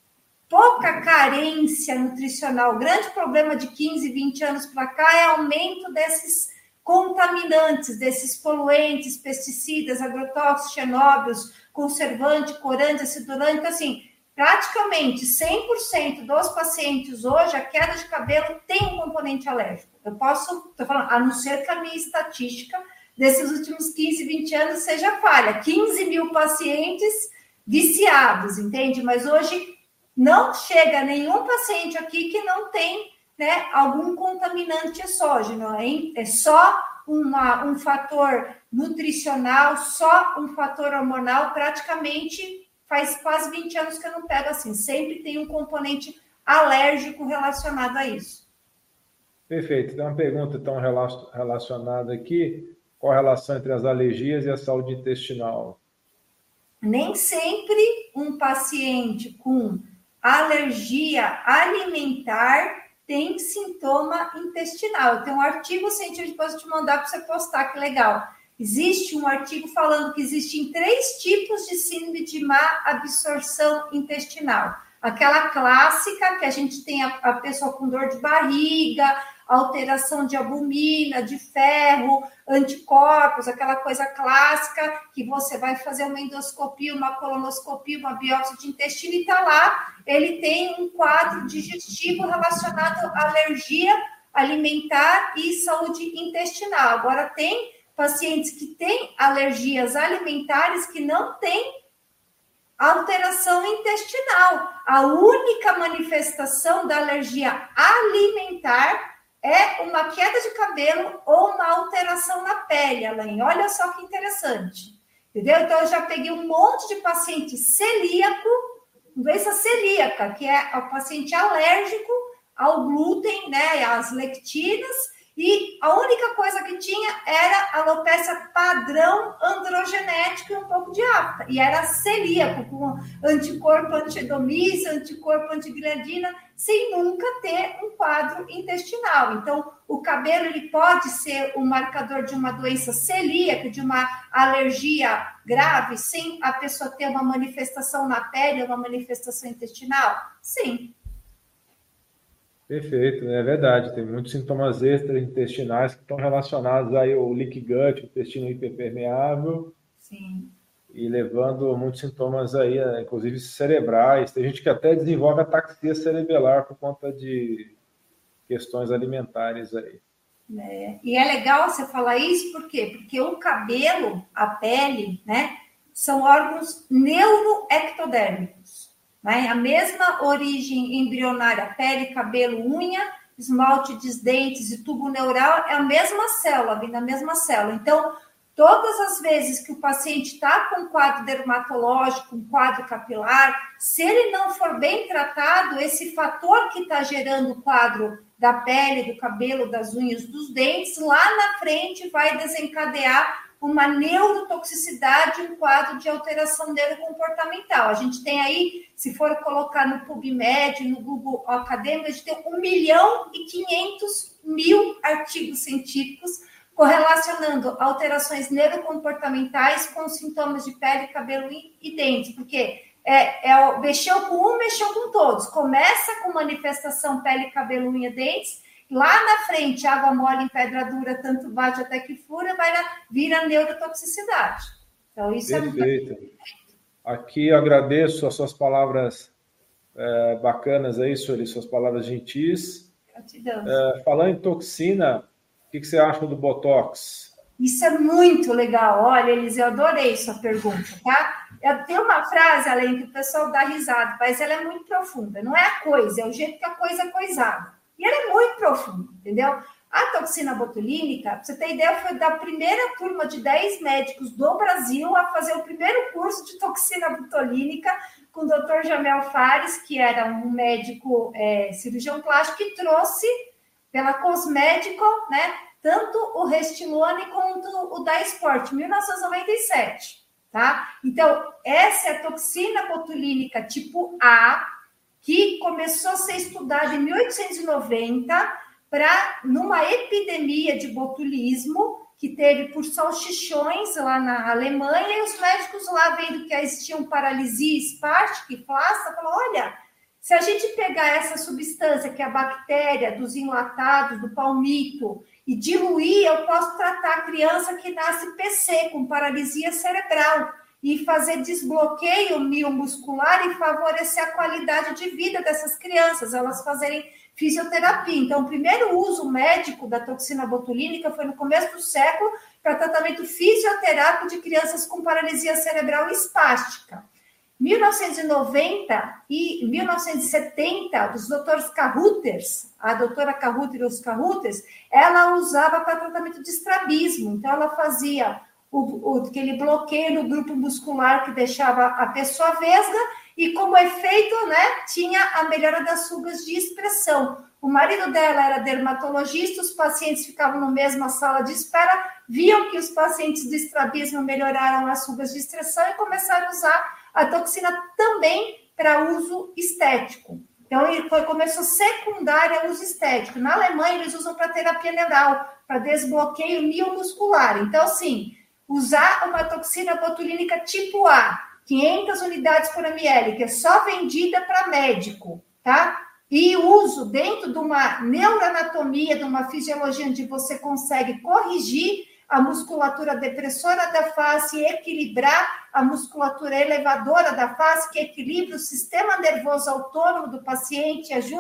Pouca carência nutricional. O grande problema de 15, 20 anos para cá é aumento desses contaminantes, desses poluentes, pesticidas, agrotóxicos, xenóbios, conservante, corante, acidulante. Então, assim, praticamente 100% dos pacientes hoje, a queda de cabelo tem um componente alérgico. Estou falando, a não ser que a minha estatística desses últimos 15, 20 anos seja falha. 15 mil pacientes viciados, entende? Mas hoje não chega nenhum paciente aqui que não tem, né, algum contaminante exógeno, hein? É só um fator nutricional, só um fator hormonal, praticamente faz quase 20 anos que eu não pego assim, sempre tem um componente alérgico relacionado a isso. Perfeito, tem uma pergunta tão relacionada aqui, qual a relação entre as alergias e a saúde intestinal? Nem sempre um paciente com alergia alimentar tem sintoma intestinal. Eu tenho um artigo científico, depois eu te mandar para você postar, que legal. Existe um artigo falando que existem 3 tipos de síndrome de má absorção intestinal. Aquela clássica, que a gente tem a pessoa com dor de barriga, alteração de albumina, de ferro, anticorpos, aquela coisa clássica que você vai fazer uma endoscopia, uma colonoscopia, uma biópsia de intestino e está lá, ele tem um quadro digestivo relacionado à alergia alimentar e saúde intestinal. Agora, tem pacientes que têm alergias alimentares que não têm alteração intestinal. A única manifestação da alergia alimentar é uma queda de cabelo ou uma alteração na pele, Alain. Olha só que interessante. Entendeu? Então, eu já peguei um monte de paciente celíaco, doença celíaca, que é o paciente alérgico ao glúten, né, às lectinas, e a única coisa que tinha era alopecia padrão androgenético e um pouco de afta. E era celíaco, com anticorpo anti-edomícia, anticorpo antigliadina, sem nunca ter um quadro intestinal. Então, o cabelo ele pode ser um marcador de uma doença celíaca, de uma alergia grave, sem a pessoa ter uma manifestação na pele, uma manifestação intestinal? Sim. Perfeito, é verdade. Tem muitos sintomas extraintestinais que estão relacionados aí ao leaky gut, o intestino hiperpermeável. Sim. E levando muitos sintomas aí, inclusive cerebrais. Tem gente que até desenvolve ataxia cerebelar por conta de questões alimentares aí. E é legal você falar isso, por quê? Porque o cabelo, a pele, né, são órgãos neuroectodérmicos. Né? A mesma origem embrionária, pele, cabelo, unha, esmalte de dentes e tubo neural é a mesma célula, vem da mesma célula. Então, todas as vezes que o paciente está com um quadro dermatológico, um quadro capilar, se ele não for bem tratado, esse fator que está gerando o quadro da pele, do cabelo, das unhas, dos dentes, lá na frente vai desencadear uma neurotoxicidade, um quadro de alteração neurocomportamental. A gente tem aí, se for colocar no PubMed, no Google Acadêmico, a gente tem 1.500.000 artigos científicos correlacionando alterações neurocomportamentais com sintomas de pele, cabelo e dentes, porque mexeu com um, mexeu com todos. Começa com manifestação pele, cabelo, unha, dentes. Lá na frente, água mole em pedra dura, tanto bate até que fura, vira neurotoxicidade. Então, isso perfeito. Aqui eu agradeço as suas palavras bacanas aí, Sueli, suas palavras gentis. Gratidão. Falando em toxina, o que você acha do Botox? Isso é muito legal. Olha, Elise, eu adorei sua pergunta, tá? Eu tenho uma frase, além que o pessoal dá risada, mas ela é muito profunda. Não é a coisa, é o jeito que a coisa é coisada. E ela é muito profunda, entendeu? A toxina botulínica, pra você ter ideia, foi da primeira turma de 10 médicos do Brasil a fazer o primeiro curso de toxina botulínica com o Dr. Jamel Fares, que era um médico cirurgião plástico, que trouxe pela Cosmédico, né, tanto o Restylane quanto o Dysport, 1997, tá? Então, essa é a toxina botulínica tipo A, que começou a ser estudada em 1890 numa epidemia de botulismo que teve por salchichões lá na Alemanha, e os médicos lá, vendo que existiam paralisia espástica e plástica, falaram, olha, se a gente pegar essa substância, que é a bactéria dos enlatados, do palmito, e diluir, eu posso tratar a criança que nasce PC, com paralisia cerebral, e fazer desbloqueio miomuscular e favorecer a qualidade de vida dessas crianças, elas fazerem fisioterapia. Então, o primeiro uso médico da toxina botulínica foi no começo do século para tratamento fisioterápico de crianças com paralisia cerebral espástica. 1990 e 1970, os doutores Carruthers, a doutora Carruthers e os Carruthers, ela usava para tratamento de estrabismo. Então, ela fazia aquele bloqueio no grupo muscular que deixava a pessoa vesga e, como efeito, né, tinha a melhora das rugas de expressão. O marido dela era dermatologista, os pacientes ficavam na mesma sala de espera, viam que os pacientes do estrabismo melhoraram as rugas de expressão e começaram a usar a toxina também para uso estético. Então, começou secundária a uso estético. Na Alemanha, eles usam para terapia neural, para desbloqueio miomuscular. Então, assim, usar uma toxina botulínica tipo A, 500 unidades por ml, que é só vendida para médico, tá? E uso dentro de uma neuroanatomia, de uma fisiologia onde você consegue corrigir a musculatura depressora da face e equilibrar a musculatura elevadora da face, que equilibra o sistema nervoso autônomo do paciente, ajuda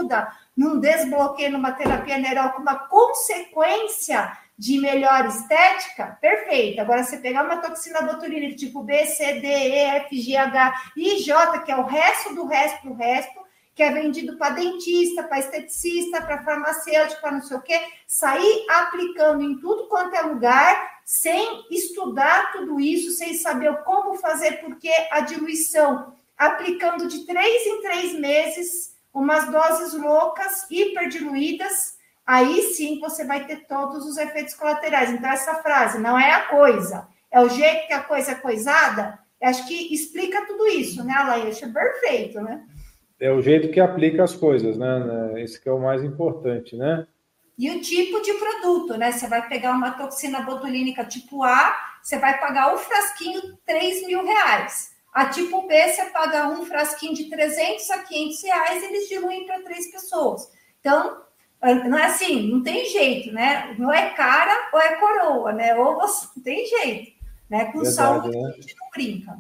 num desbloqueio, numa terapia neural com uma consequência de melhor estética, perfeito. Agora, você pegar uma toxina botulínica tipo B, C, D, E, F, G, H e J, que é o resto do resto do resto, que é vendido para dentista, para esteticista, para farmacêutico, para não sei o quê, sair aplicando em tudo quanto é lugar, sem estudar tudo isso, sem saber como fazer, porque a diluição, aplicando de 3 em 3 meses, umas doses loucas, hiperdiluídas, aí sim você vai ter todos os efeitos colaterais. Então, essa frase, não é a coisa, é o jeito que a coisa é coisada, acho que explica tudo isso, né, Alain? Acho perfeito, né? É o jeito que aplica as coisas, né? Esse que é o mais importante, né? E o tipo de produto, né? Você vai pegar uma toxina botulínica tipo A, você vai pagar um frasquinho R$3.000. A tipo B, você paga um frasquinho de R$300 a R$500, eles diluem para 3 pessoas. Então, não é assim, não tem jeito, né? Não é cara ou é coroa, né? Ou você, não tem jeito, né? Com verdade, saúde, né? A gente não brinca.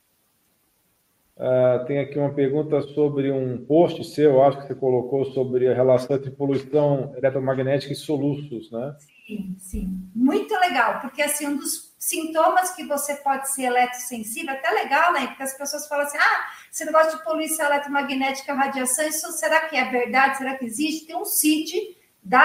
Tem aqui uma pergunta sobre um post seu, acho que você colocou, sobre a relação entre poluição eletromagnética e soluços, né? Sim, sim. Muito legal, porque assim, um dos sintomas que você pode ser eletrossensível, até legal, né? Porque as pessoas falam assim, você não gosta de poluição eletromagnética, radiação, isso será que é verdade? Será que existe? Tem um CID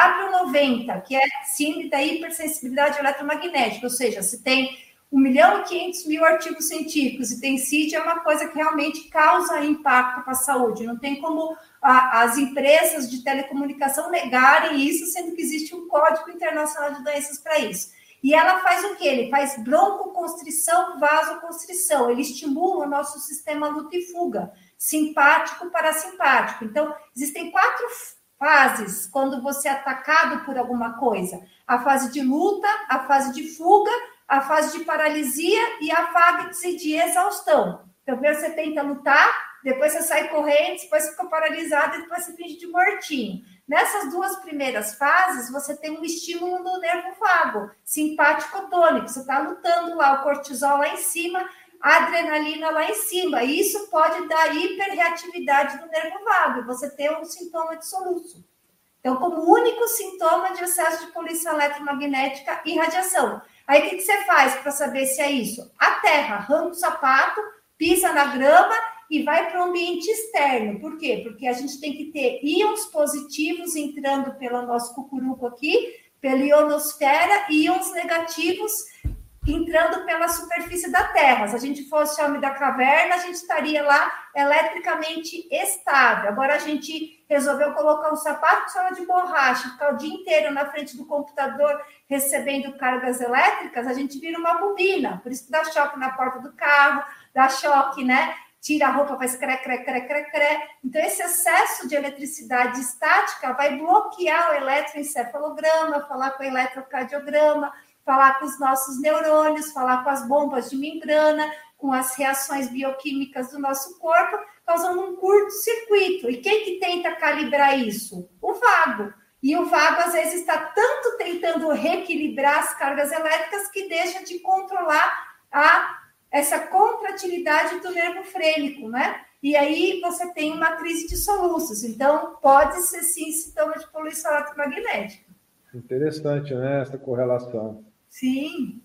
W90, que é síndrome da hipersensibilidade eletromagnética, ou seja, se tem 1.500.000 artigos científicos e tem CID, é uma coisa que realmente causa impacto para a saúde. Não tem como as empresas de telecomunicação negarem isso, sendo que existe um Código Internacional de Doenças para isso. E ela faz o quê? Ele faz broncoconstrição, vasoconstrição. Ele estimula o nosso sistema luta e fuga, simpático, parasimpático. Então, existem 4 fases quando você é atacado por alguma coisa. A fase de luta, a fase de fuga, a fase de paralisia e a fase de exaustão. Então, primeiro você tenta lutar, depois você sai correndo, depois você fica paralisado e depois você finge de mortinho. Nessas 2 primeiras fases, você tem um estímulo do nervo vago, simpático-tônico. Você está lutando lá, o cortisol lá em cima, a adrenalina lá em cima. E isso pode dar hiperreatividade do nervo vago. Você tem um sintoma de soluço. Então, como único sintoma de excesso de poluição eletromagnética e radiação. Aí, o que você faz para saber se é isso? Aterra, arranca o sapato, pisa na grama e vai para o ambiente externo. Por quê? Porque a gente tem que ter íons positivos entrando pelo nosso cucuruco aqui, pela ionosfera, e íons negativos entrando pela superfície da Terra. Se a gente fosse homem da caverna, a gente estaria lá eletricamente estável. Agora a gente resolveu colocar um sapato que chama de borracha, ficar o dia inteiro na frente do computador recebendo cargas elétricas, a gente vira uma bobina. Por isso que dá choque na porta do carro, dá choque, né? Tira a roupa, faz cré, cré, cré, cré, cré. Então, esse excesso de eletricidade estática vai bloquear o eletroencefalograma, falar com o eletrocardiograma, falar com os nossos neurônios, falar com as bombas de membrana, com as reações bioquímicas do nosso corpo, causando um curto-circuito. E quem que tenta calibrar isso? O vago. E o vago, às vezes, está tanto tentando reequilibrar as cargas elétricas que deixa de controlar essa contratilidade do nervo frênico, né? E aí você tem uma crise de soluços. Então, pode ser, sim, sintoma de poluição eletromagnética. Interessante, né, essa correlação. Sim.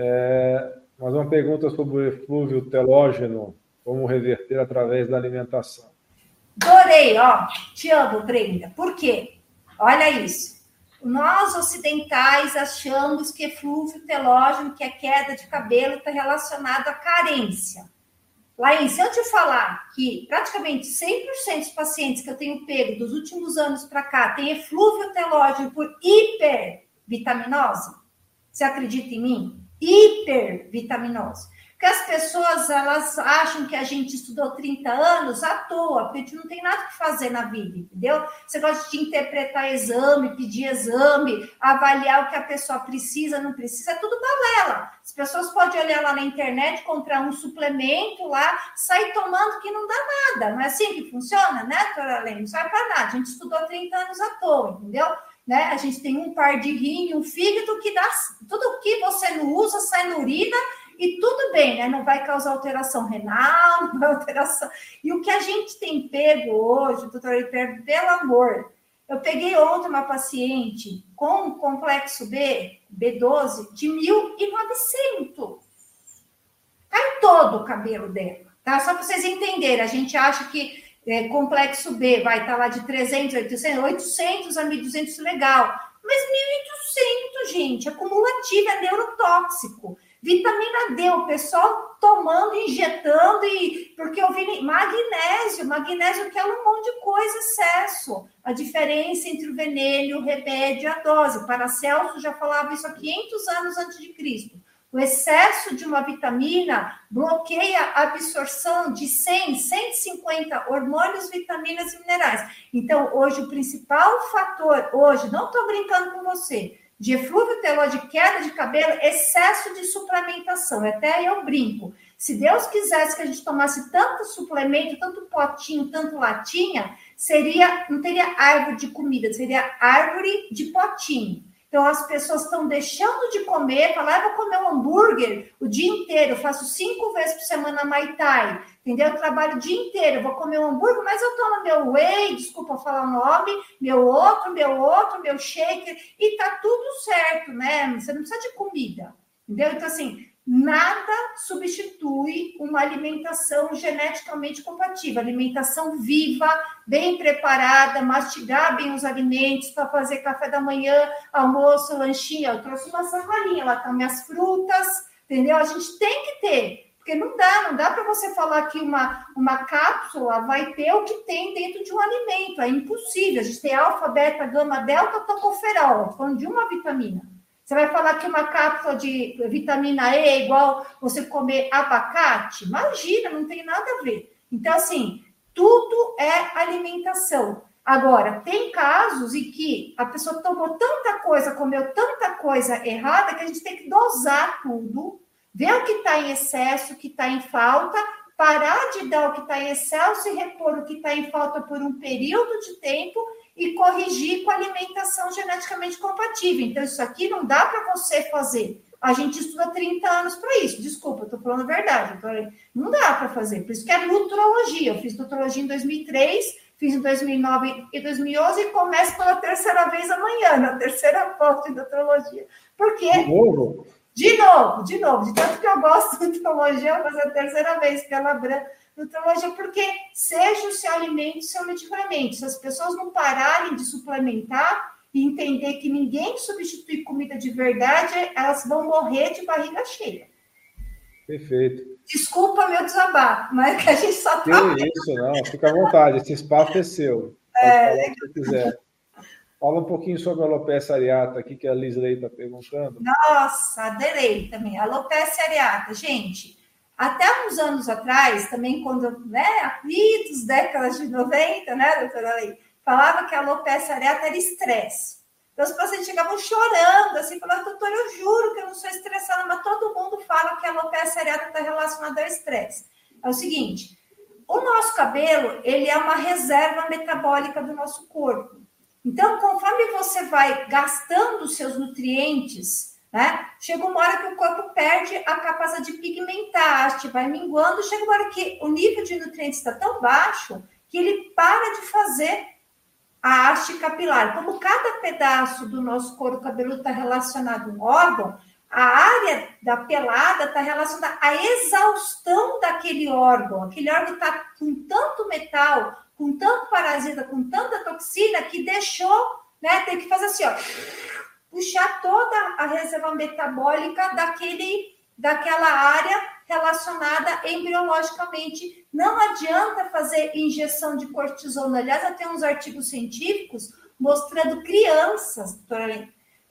Mais uma pergunta sobre o eflúvio telógeno, como reverter através da alimentação. Adorei, ó. Te amo, Brenda. Por quê? Olha isso. Nós ocidentais achamos que eflúvio telógeno, que é queda de cabelo, está relacionado à carência. Laís, se eu te falar que praticamente 100% dos pacientes que eu tenho pego dos últimos anos para cá tem eflúvio telógeno por hipervitaminose, você acredita em mim? Hipervitaminose. Porque as pessoas, elas acham que a gente estudou 30 anos à toa, porque a gente não tem nada que fazer na vida, entendeu? Você gosta de interpretar exame, pedir exame, avaliar o que a pessoa precisa, não precisa, é tudo balela. As pessoas podem olhar lá na internet, comprar um suplemento lá, sair tomando que não dá nada. Não é assim que funciona, né, doutora Lene? Não sai para nada. A gente estudou 30 anos à toa, entendeu? Né? A gente tem um par de rim e um fígado que dá... Tudo que você não usa, sai na urina. E tudo bem, né? Não vai causar alteração renal, não vai alteração... E o que a gente tem pego hoje, doutor Hiper, pelo amor, Eu peguei ontem uma paciente com complexo B, B12, de 1.900. Cai todo o cabelo dela, tá? Só para vocês entenderem, a gente acha que complexo B vai estar lá de 300, 800 a 1.200, legal. Mas 1.800, gente, acumulativo, é neurotóxico. Vitamina D, o pessoal tomando, injetando, porque eu vi magnésio que é um monte de coisa, excesso. A diferença entre o veneno e o remédio e a dose. Paracelso já falava isso há 500 anos antes de Cristo. O excesso de uma vitamina bloqueia a absorção de 100, 150 hormônios, vitaminas e minerais. Então, hoje, o principal fator, não estou brincando com você, de eflúvio, teló, de queda de cabelo, excesso de suplementação. Até eu brinco. Se Deus quisesse que a gente tomasse tanto suplemento, tanto potinho, tanto latinha, não teria árvore de comida, seria árvore de potinho. Então, as pessoas estão deixando de comer, falar, vou comer um hambúrguer o dia inteiro, eu faço 5 vezes por semana Muay Thai, entendeu? Eu trabalho o dia inteiro, vou comer um hambúrguer, mas eu tomo meu whey, desculpa falar o nome, meu shaker, e tá tudo certo, né? Você não precisa de comida, entendeu? Então, assim, nada substitui uma alimentação geneticamente compatível, alimentação viva, bem preparada, mastigar bem os alimentos para fazer café da manhã, almoço, lanchinho. Eu trouxe uma sacolinha, lá estão minhas frutas, entendeu? A gente tem que ter, porque não dá para você falar que uma cápsula vai ter o que tem dentro de um alimento, é impossível. A gente tem alfa, beta, gama, delta, tocoferol, falando de uma vitamina. Você vai falar que uma cápsula de vitamina E é igual você comer abacate? Imagina, não tem nada a ver. Então, assim, tudo é alimentação. Agora, tem casos em que a pessoa tomou tanta coisa, comeu tanta coisa errada, que a gente tem que dosar tudo, ver o que está em excesso, o que está em falta, parar de dar o que está em excesso e repor o que está em falta por um período de tempo e corrigir com alimentação geneticamente compatível. Então, isso aqui não dá para você fazer. A gente estuda 30 anos para isso. Desculpa, eu estou falando a verdade. Não dá para fazer. Por isso que é nutrologia. Eu fiz nutrologia em 2003, fiz em 2009 e 2011 e começo pela terceira vez amanhã, na terceira pós de nutrologia. Por quê? De novo? De novo. De tanto que eu gosto de nutrologia, eu vou fazer a terceira vez pela nutrologia, porque seja o seu alimento, o seu medicamento. Se as pessoas não pararem de suplementar e entender que ninguém substitui comida de verdade, elas vão morrer de barriga cheia. Perfeito. Desculpa meu desabafo, mas que a gente só tá... Que isso, não. Fica à vontade, esse espaço é seu. Pode falar o que você quiser. Fala um pouquinho sobre a alopecia areata aqui, que a Lisley está perguntando. Nossa, adorei também. Alopecia areata, gente... Até uns anos atrás, também quando, há décadas de 90, né, doutora Lei, falava que a alopecia areata era estresse. Então, os pacientes chegavam chorando, assim, falando, doutor, eu juro que eu não sou estressada, mas todo mundo fala que a alopecia areata está relacionada ao estresse. É o seguinte, o nosso cabelo, ele é uma reserva metabólica do nosso corpo. Então, conforme você vai gastando os seus nutrientes, né? Chega uma hora que o corpo perde a capacidade de pigmentar, a haste vai minguando, chega uma hora que o nível de nutrientes está tão baixo que ele para de fazer a haste capilar. Como cada pedaço do nosso couro cabeludo está relacionado a um órgão, a área da pelada está relacionada à exaustão daquele órgão. Aquele órgão está com tanto metal, com tanto parasita, com tanta toxina, que deixou, né, tem que fazer assim, ó, puxar toda a reserva metabólica daquela área relacionada embriologicamente. Não adianta fazer injeção de cortisona. Aliás, eu tenho uns artigos científicos mostrando crianças, doutora,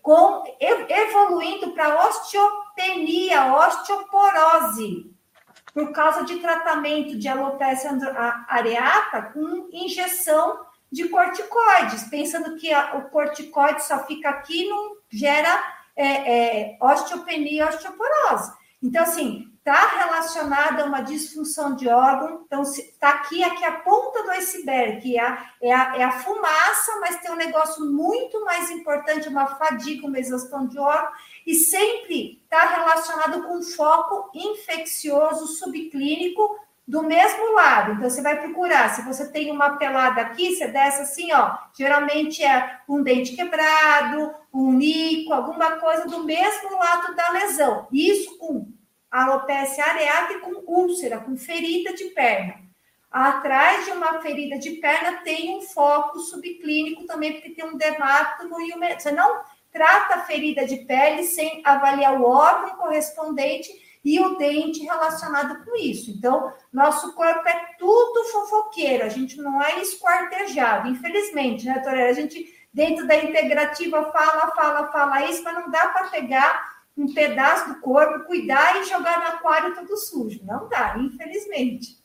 evoluindo para osteopenia, osteoporose, por causa de tratamento de alopecia areata com injeção de corticoides, pensando que o corticoide só fica aqui e não gera osteopenia e osteoporose. Então, assim, está relacionada a uma disfunção de órgão. Então, está aqui a ponta do iceberg, que é a fumaça, mas tem um negócio muito mais importante, uma fadiga, uma exaustão de órgão, e sempre está relacionado com foco infeccioso subclínico do mesmo lado. Então, você vai procurar, se você tem uma pelada aqui, você desce assim, ó, geralmente é um dente quebrado, um nico, alguma coisa do mesmo lado da lesão. Isso com alopecia areata e com úlcera, com ferida de perna. Atrás de uma ferida de perna tem um foco subclínico também, porque tem um dermatólogo e você não trata a ferida de pele sem avaliar o órgão correspondente e o dente relacionado com isso. Então, nosso corpo é tudo fofoqueiro, a gente não é esquartejado, infelizmente, né, doutora? A gente, dentro da integrativa, fala isso, mas não dá para pegar um pedaço do corpo, cuidar e jogar no aquário todo sujo. Não dá, infelizmente.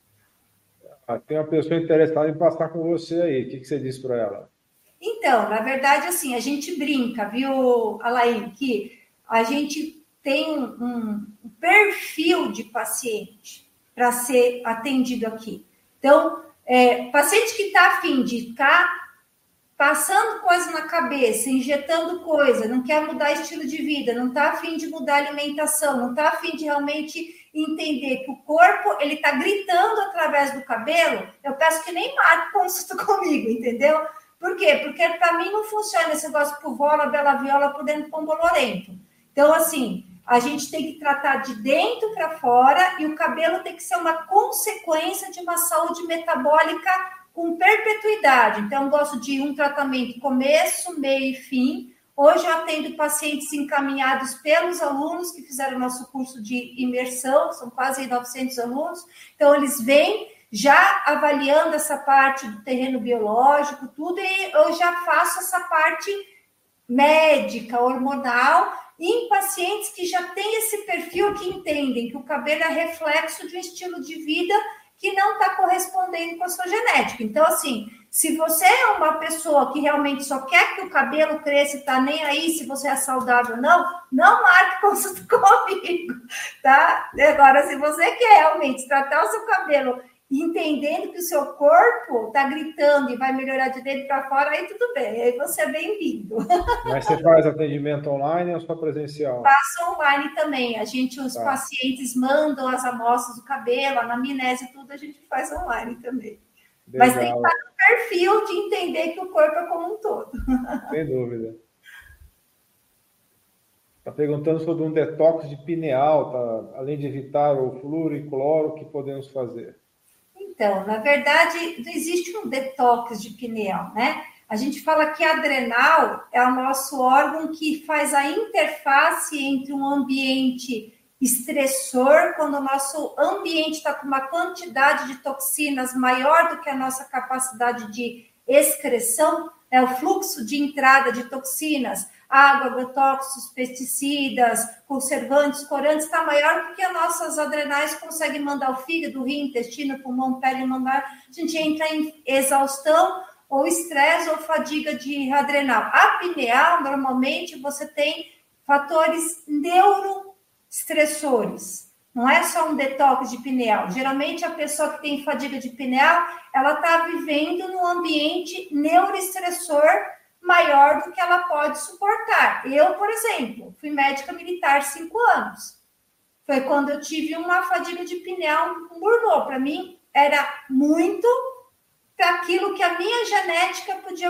Tem uma pessoa interessada em passar com você aí. O que você diz para ela? Então, na verdade, assim, a gente brinca, viu, Alain, que a gente tem um perfil de paciente para ser atendido aqui. Então, paciente que está afim de ficar passando coisa na cabeça, injetando coisa, não quer mudar estilo de vida, não está afim de mudar alimentação, não está afim de realmente entender que o corpo, ele está gritando através do cabelo, eu peço que nem marque consulta comigo, entendeu? Por quê? Porque para mim não funciona esse negócio por vola, bela viola, por dentro pombolorento. Então, assim, a gente tem que tratar de dentro para fora e o cabelo tem que ser uma consequência de uma saúde metabólica com perpetuidade. Então, eu gosto de um tratamento começo, meio e fim. Hoje eu atendo pacientes encaminhados pelos alunos que fizeram o nosso curso de imersão, são quase 900 alunos. Então, eles vêm já avaliando essa parte do terreno biológico, tudo, e eu já faço essa parte médica, hormonal, em pacientes que já têm esse perfil, que entendem que o cabelo é reflexo de um estilo de vida que não está correspondendo com a sua genética. Então, assim, se você é uma pessoa que realmente só quer que o cabelo cresça e está nem aí se você é saudável ou não marque consulta comigo, tá? Agora, se você quer realmente tratar o seu cabelo entendendo que o seu corpo está gritando e vai melhorar de dentro para fora, aí tudo bem, aí você é bem-vindo. Mas você faz atendimento online ou só presencial? Faço online também. Os pacientes mandam as amostras do cabelo, a anamnese, tudo a gente faz online também. Legal. Mas tem que estar no perfil de entender que o corpo é como um todo. Sem dúvida. Está perguntando sobre um detox de pineal, tá? Além de evitar o flúor e cloro, o que podemos fazer? Então, na verdade, não existe um detox de pineal, né? A gente fala que a adrenal é o nosso órgão que faz a interface entre um ambiente estressor, quando o nosso ambiente está com uma quantidade de toxinas maior do que a nossa capacidade de excreção, o fluxo de entrada de toxinas, água, agrotóxicos, pesticidas, conservantes, corantes, está maior porque as nossas adrenais conseguem mandar o fígado, o rim, intestino, pulmão, pele, a gente entra em exaustão ou estresse ou fadiga de adrenal. A pineal, normalmente, você tem fatores neuroestressores. Não é só um detox de pineal. Geralmente, a pessoa que tem fadiga de pineal, ela está vivendo num ambiente neuroestressor maior do que ela pode suportar. Eu, por exemplo, fui médica militar 5 anos. Foi quando eu tive uma fadiga de pineal, um burnout. Para mim, era muito aquilo que a minha genética podia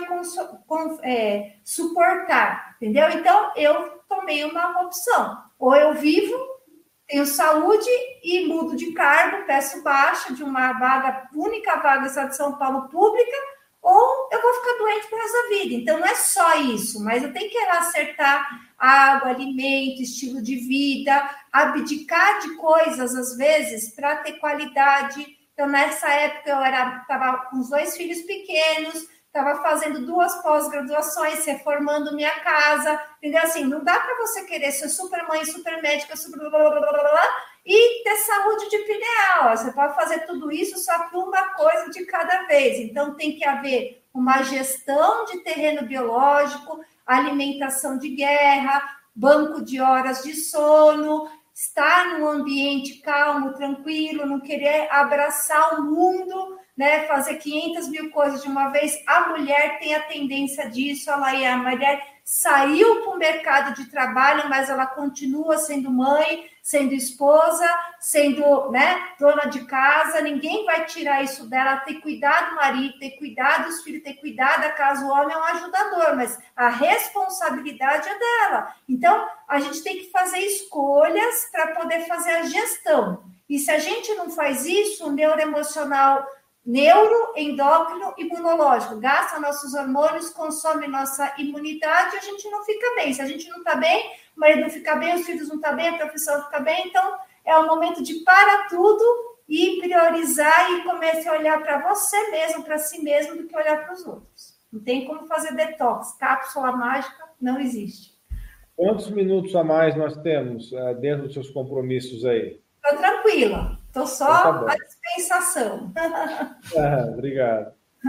suportar, entendeu? Então, eu tomei uma opção. Ou eu vivo, tenho saúde e mudo de cargo, peço baixa de uma vaga, única vaga do Estado de São Paulo pública, ou eu vou ficar doente pro resto da vida. Então, não é só isso, mas eu tenho que acertar água, alimento, estilo de vida, abdicar de coisas, às vezes, para ter qualidade. Então, nessa época, eu estava com os 2 filhos pequenos, estava fazendo 2 pós-graduações, reformando minha casa, entendeu? Assim, não dá para você querer ser super mãe, super médica, super blá, blá, blá, blá, blá, e ter saúde de pineal. Você pode fazer tudo isso, só que uma coisa de cada vez. Então, tem que haver uma gestão de terreno biológico, alimentação de guerra, banco de horas de sono, estar num ambiente calmo, tranquilo, não querer abraçar o mundo né, fazer 500 mil coisas de uma vez. A mulher tem a tendência disso, a mulher saiu para o mercado de trabalho, mas ela continua sendo mãe, sendo esposa, sendo, né, dona de casa. Ninguém vai tirar isso dela. Ter cuidado do marido, ter cuidado dos filhos, ter cuidado da casa. O homem é um ajudador, mas a responsabilidade é dela. Então, a gente tem que fazer escolhas para poder fazer a gestão. E se a gente não faz isso, o neuroemocional, neuroendócrino, imunológico, gasta nossos hormônios, consome nossa imunidade e a gente não fica bem. Se a gente não está bem, o marido não fica bem, os filhos não estão bem, a profissão não fica bem. Então, é o momento de parar tudo e priorizar e começar a olhar para você mesmo, para si mesmo, do que olhar para os outros. Não tem como fazer detox. Cápsula mágica não existe. Quantos minutos a mais nós temos dentro dos seus compromissos aí? Estou tranquila. Estou só à dispensação. Obrigado.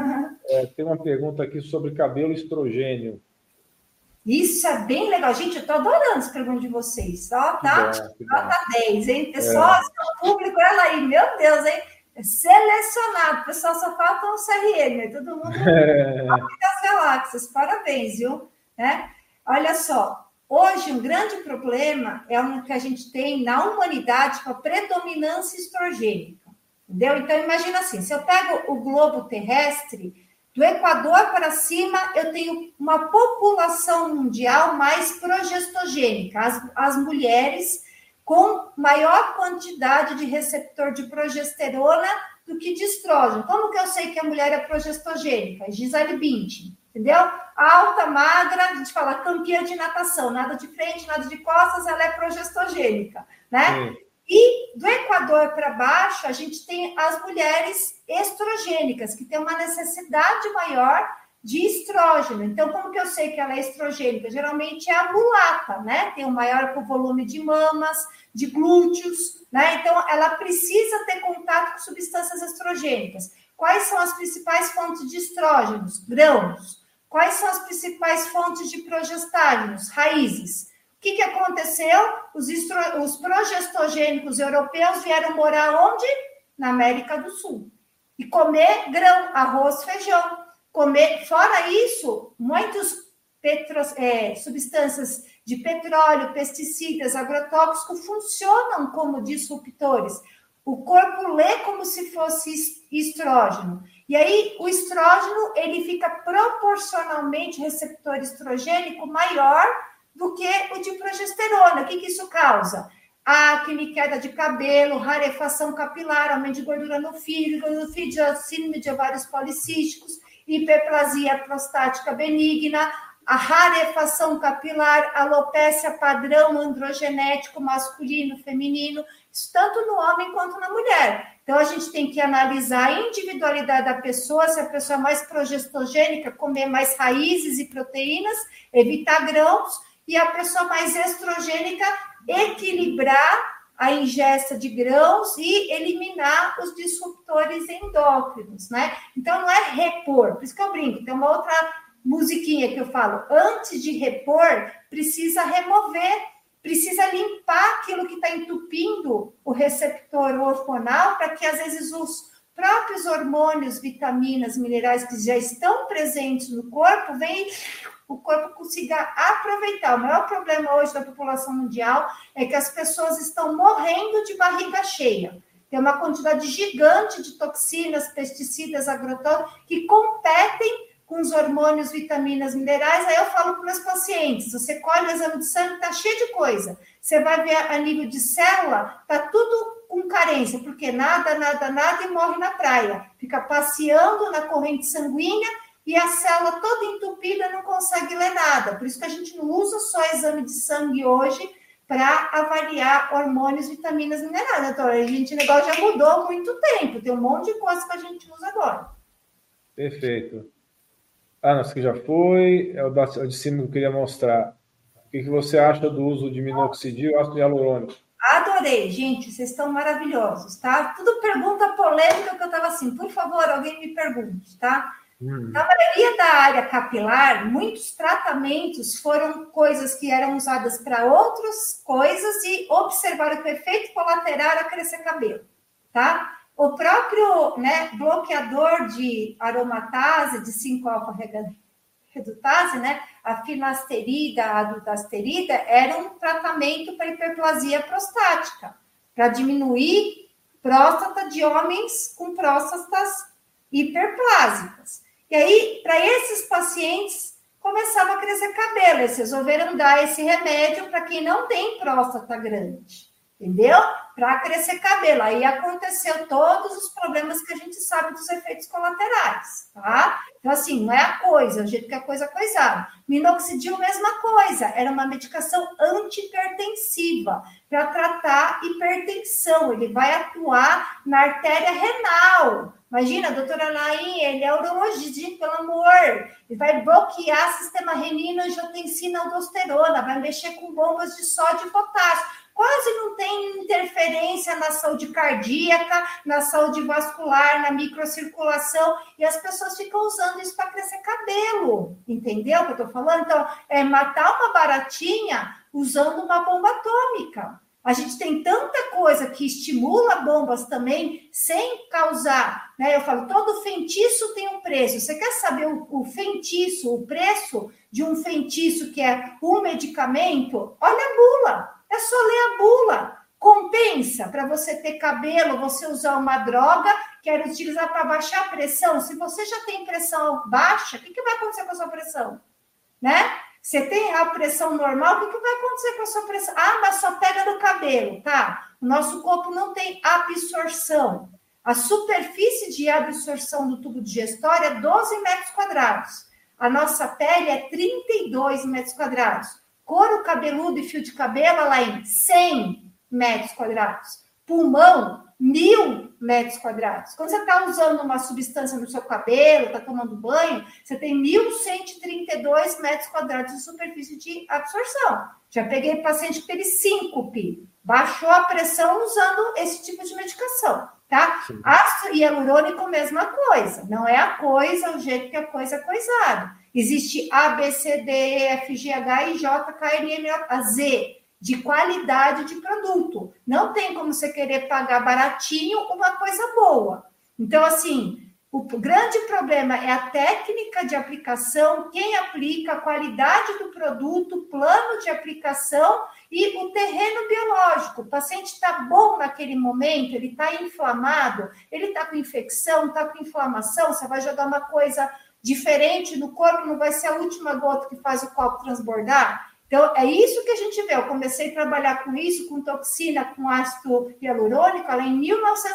Tem uma pergunta aqui sobre cabelo estrogênio. Isso é bem legal. Gente, eu estou adorando as perguntas de vocês. Ó, tá? Nota 10, hein? Pessoal, seu público, olha aí, meu Deus, hein? É selecionado. O pessoal só falta um CRM, né? Todo mundo das galáxias. Parabéns, viu? Né? Olha só. Hoje, um grande problema é o que a gente tem na humanidade com a predominância estrogênica. Entendeu? Então, imagina assim, se eu pego o globo terrestre, do Equador para cima, eu tenho uma população mundial mais progestogênica. As mulheres com maior quantidade de receptor de progesterona do que de estrógeno. Como que eu sei que a mulher é progestogênica? Gisele Bündchen. Entendeu? Alta, magra, a gente fala campeã de natação, nada de frente, nada de costas, ela é progestogênica, né? Sim. E do Equador para baixo, a gente tem as mulheres estrogênicas, que têm uma necessidade maior de estrógeno. Então, como que eu sei que ela é estrogênica? Geralmente é a mulata, né? Tem um maior volume de mamas, de glúteos, né? Então, ela precisa ter contato com substâncias estrogênicas. Quais são as principais fontes de estrógenos? Grãos. Quais são as principais fontes de progestágenos? Raízes. O que aconteceu? Os progestogênicos europeus vieram morar onde? Na América do Sul. E comer grão, arroz, feijão. Fora isso, muitas substâncias de petróleo, pesticidas, agrotóxicos funcionam como disruptores. O corpo lê como se fosse estrógeno. E aí, o estrógeno, ele fica proporcionalmente, receptor estrogênico maior do que o de progesterona. O que isso causa? Acne, queda de cabelo, rarefação capilar, aumento de gordura no fígado, síndrome de ovários policísticos, hiperplasia prostática benigna, a rarefação capilar, alopécia padrão androgenético masculino, feminino, isso tanto no homem quanto na mulher. Então, a gente tem que analisar a individualidade da pessoa, se a pessoa é mais progestogênica, comer mais raízes e proteínas, evitar grãos, e a pessoa mais estrogênica, equilibrar a ingesta de grãos e eliminar os disruptores endócrinos, né? Então, não é repor, por isso que eu brinco, tem uma outra musiquinha que eu falo, antes de repor, precisa remover, precisa limpar aquilo que está entupindo o receptor hormonal para que, às vezes, os próprios hormônios, vitaminas, minerais que já estão presentes no corpo, o corpo consiga aproveitar. O maior problema hoje da população mundial é que as pessoas estão morrendo de barriga cheia. Tem uma quantidade gigante de toxinas, pesticidas, agrotóxicos que competem com os hormônios, vitaminas, minerais. Aí eu falo para meus pacientes, você colhe o exame de sangue, está cheio de coisa. Você vai ver a nível de célula, está tudo com carência, porque nada e morre na praia. Fica passeando na corrente sanguínea e a célula toda entupida não consegue ler nada. Por isso que a gente não usa só exame de sangue hoje para avaliar hormônios, vitaminas, minerais. Então, o negócio já mudou há muito tempo. Tem um monte de coisa que a gente usa agora. Perfeito. Nossa, que já foi. É o de cima que eu queria mostrar. O que você acha do uso de minoxidil e ácido hialurônico? Adorei, gente, vocês estão maravilhosos, tá? Tudo pergunta polêmica que eu estava assim, por favor, alguém me pergunte, tá? Na maioria da área capilar, muitos tratamentos foram coisas que eram usadas para outras coisas e observaram que o efeito colateral era crescer cabelo, tá? O próprio, né, bloqueador de aromatase, de 5-alfa-redutase, né, a finasterida, a dutasterida, era um tratamento para hiperplasia prostática, para diminuir próstata de homens com próstatas hiperplásicas. E aí, para esses pacientes, começava a crescer cabelo. Eles resolveram dar esse remédio para quem não tem próstata grande, entendeu? Para crescer cabelo. Aí aconteceu todos os problemas que a gente sabe dos efeitos colaterais, tá? Então, assim, não é a coisa, o jeito que a coisa coisava. Minoxidil, mesma coisa. Era uma medicação antihipertensiva para tratar hipertensão. Ele vai atuar na artéria renal. Imagina, a doutora Lain, ele é urologista, gente, pelo amor. Ele vai bloquear sistema renina, angiotensina, aldosterona, vai mexer com bombas de sódio e potássio. Quase não tem interferência na saúde cardíaca, na saúde vascular, na microcirculação, e as pessoas ficam usando isso para crescer cabelo. Entendeu o que eu estou falando? Então, é matar uma baratinha usando uma bomba atômica. A gente tem tanta coisa que estimula bombas também, sem causar, né? Eu falo, todo feitiço tem um preço. Você quer saber o feitiço, o preço de um feitiço que é um medicamento? Olha a bula, é só ler a bula. Compensa para você ter cabelo, você usar uma droga, quero utilizar para baixar a pressão. Se você já tem pressão baixa, o que vai acontecer com a sua pressão? Né? Você tem a pressão normal, o que vai acontecer com a sua pressão? Ah, mas só pega no cabelo, tá? O nosso corpo não tem absorção. A superfície de absorção do tubo digestório é 12 metros quadrados. A nossa pele é 32 metros quadrados. Couro cabeludo e fio de cabelo, lá em 100 metros quadrados. Pulmão, 1.000 metros quadrados. Quando você está usando uma substância no seu cabelo, está tomando banho, você tem 1.132 metros quadrados de superfície de absorção. Já peguei paciente que teve síncope, baixou a pressão usando esse tipo de medicação, tá? Sim. Ácido hialurônico, mesma coisa. Não é a coisa, o jeito que a coisa é coisada. Existe A, B, C, D, E, F, G, H, I, J, K, L, M, O, A, Z. De qualidade de produto. Não tem como você querer pagar baratinho uma coisa boa. Então, assim, o grande problema é a técnica de aplicação, quem aplica, a qualidade do produto, o plano de aplicação e o terreno biológico. O paciente está bom naquele momento, ele está inflamado, ele está com infecção, está com inflamação, você vai jogar uma coisa diferente no corpo, não vai ser a última gota que faz o copo transbordar. Então, é isso que a gente vê. Eu comecei a trabalhar com isso, com toxina, com ácido hialurônico, lá em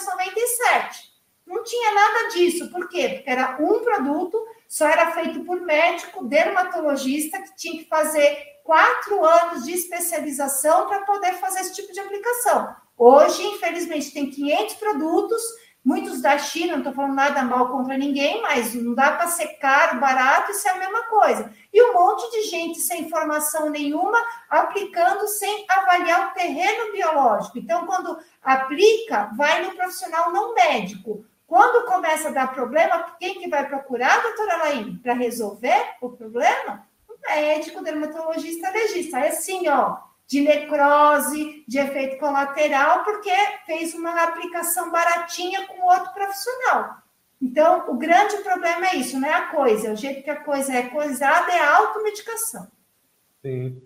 1997. Não tinha nada disso. Por quê? Porque era um produto, só era feito por médico, dermatologista, que tinha que fazer 4 anos de especialização para poder fazer esse tipo de aplicação. Hoje, infelizmente, tem 500 produtos, muitos da China, não estou falando nada mal contra ninguém, mas não dá para ser caro, barato, isso é a mesma coisa. E um monte de gente sem formação nenhuma, aplicando sem avaliar o terreno biológico. Então, quando aplica, vai no profissional não médico. Quando começa a dar problema, quem que vai procurar, doutora Laine, para resolver o problema? O médico, dermatologista, legista. É assim, ó, de necrose, de efeito colateral, porque fez uma aplicação baratinha com outro profissional. Então, o grande problema é isso, não é a coisa. O jeito que a coisa é coisada é a automedicação. Sim.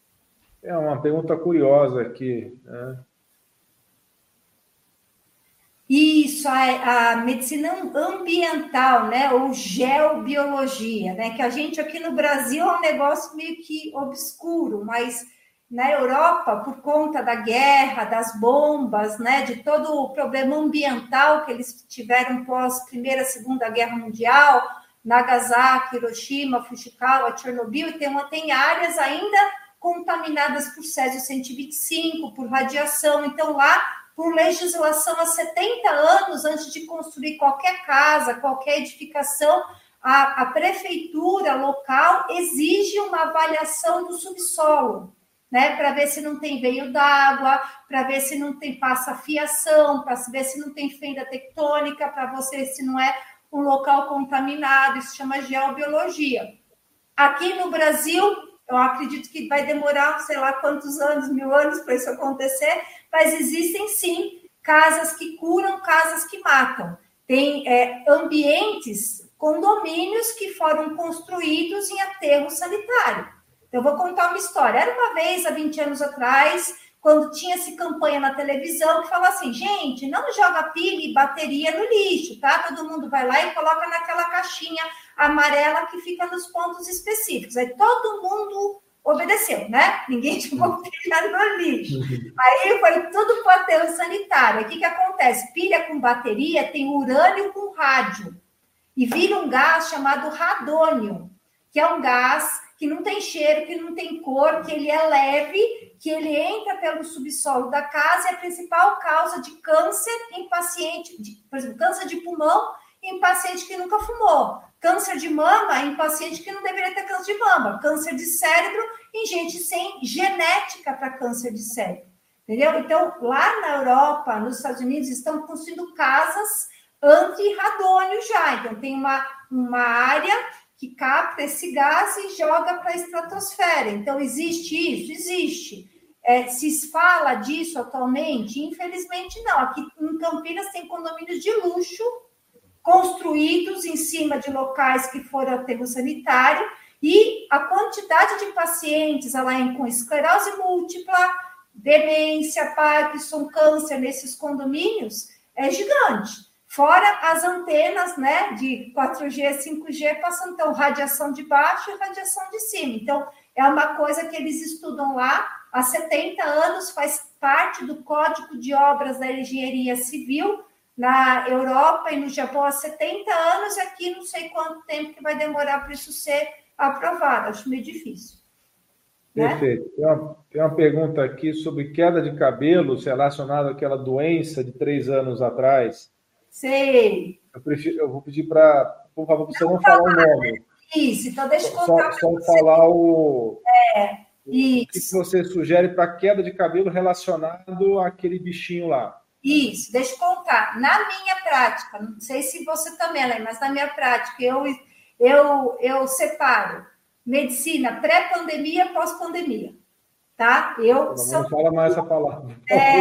É uma pergunta curiosa aqui, né? Isso, a medicina ambiental, né, ou geobiologia, né, que a gente aqui no Brasil é um negócio meio que obscuro, mas na Europa, por conta da guerra, das bombas, né, de todo o problema ambiental que eles tiveram pós Primeira e Segunda Guerra Mundial, Nagasaki, Hiroshima, Fukushima, Chernobyl, tem áreas ainda contaminadas por Césio-125, por radiação. Então, lá, por legislação, há 70 anos, antes de construir qualquer casa, qualquer edificação, a prefeitura local exige uma avaliação do subsolo, né, para ver se não tem veio d'água, para ver se não tem passa fiação, para ver se não tem fenda tectônica, para você se não é um local contaminado. Isso chama geobiologia. Aqui no Brasil, eu acredito que vai demorar, sei lá quantos anos, 1000 anos para isso acontecer, mas existem sim casas que curam, casas que matam. Tem ambientes, condomínios que foram construídos em aterro sanitário. Então, eu vou contar uma história. Era uma vez, há 20 anos atrás, quando tinha-se campanha na televisão que falava assim, gente, não joga pilha e bateria no lixo, tá? Todo mundo vai lá e coloca naquela caixinha amarela que fica nos pontos específicos. Aí todo mundo obedeceu, né? Ninguém jogou pilha no lixo. Aí foi tudo para o aterro sanitário. O que acontece? Pilha com bateria tem urânio com rádio. E vira um gás chamado radônio, que é um gás que não tem cheiro, que não tem cor, que ele é leve, que ele entra pelo subsolo da casa e é a principal causa de câncer em paciente, por exemplo, câncer de pulmão em paciente que nunca fumou, câncer de mama em paciente que não deveria ter câncer de mama, câncer de cérebro em gente sem genética para câncer de cérebro, entendeu? Então, lá na Europa, nos Estados Unidos, estão construindo casas anti-radônio já, então tem uma área que capta esse gás e joga para a estratosfera. Então, existe isso? Existe. Se fala disso atualmente? Infelizmente, não. Aqui em Campinas tem condomínios de luxo construídos em cima de locais que foram aterro sanitário e a quantidade de pacientes com esclerose múltipla, demência, Parkinson, câncer nesses condomínios é gigante. Fora as antenas, né, de 4G, 5G, passando, então, radiação de baixo e radiação de cima. Então, é uma coisa que eles estudam lá há 70 anos, faz parte do Código de Obras da Engenharia Civil na Europa e no Japão há 70 anos, e aqui não sei quanto tempo que vai demorar para isso ser aprovado. Acho meio difícil. Perfeito. Né? Tem uma pergunta aqui sobre queda de cabelos relacionada àquela doença de 3 anos atrás. Sei. Eu vou pedir para, por favor, você não falar o nome. Isso, então deixa eu contar. Só falar o que você sugere para queda de cabelo relacionado àquele bichinho lá. Isso, deixa eu contar. Na minha prática, não sei se você também, mas na minha prática, eu separo medicina pré-pandemia e pós-pandemia. Tá? Não fala mais essa palavra.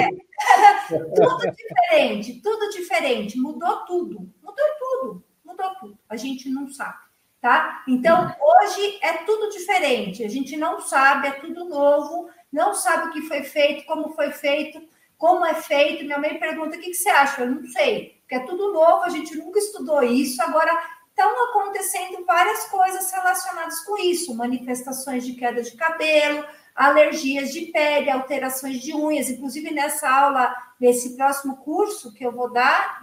Tudo diferente, mudou tudo. A gente não sabe, tá? Então, hoje é tudo diferente, a gente não sabe, é tudo novo, não sabe o que foi feito, como é feito. Minha mãe pergunta, o que você acha? Eu não sei, porque é tudo novo, a gente nunca estudou isso, agora estão acontecendo várias coisas relacionadas com isso, manifestações de queda de cabelo, alergias de pele, alterações de unhas. Inclusive, nessa aula, nesse próximo curso que eu vou dar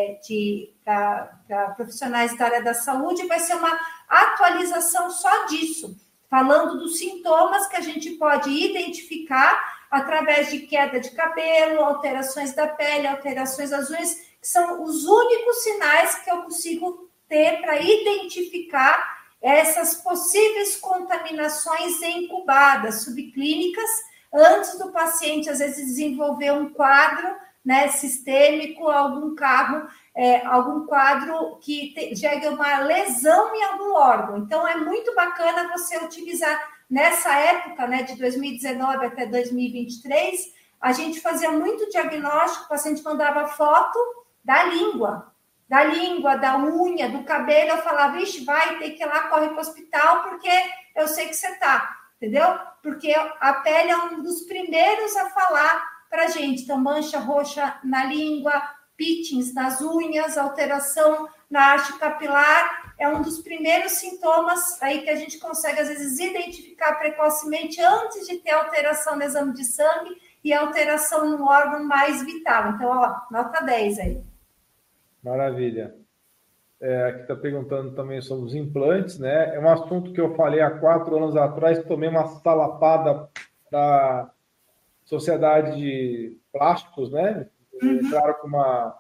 para profissionais da área da saúde, vai ser uma atualização só disso, falando dos sintomas que a gente pode identificar através de queda de cabelo, alterações da pele, alterações das unhas, que são os únicos sinais que eu consigo ter para identificar essas possíveis contaminações incubadas, subclínicas, antes do paciente, às vezes, desenvolver um quadro, né, sistêmico, algum quadro que gere uma lesão em algum órgão. Então, é muito bacana você utilizar, nessa época, né, de 2019 até 2023, a gente fazia muito diagnóstico, o paciente mandava foto da língua, da unha, do cabelo. Eu falava, vixe, vai ter que ir lá, corre para o hospital, porque eu sei que você está, entendeu? Porque a pele é um dos primeiros a falar para a gente. Então, mancha roxa na língua, pitchings nas unhas, alteração na haste capilar, é um dos primeiros sintomas aí que a gente consegue, às vezes, identificar precocemente antes de ter alteração no exame de sangue e alteração no órgão mais vital. Então, nota 10 aí. Maravilha. Aqui está perguntando também sobre os implantes, né? É um assunto que eu falei há 4 anos atrás, tomei uma salapada da Sociedade de Plásticos, né? Entraram com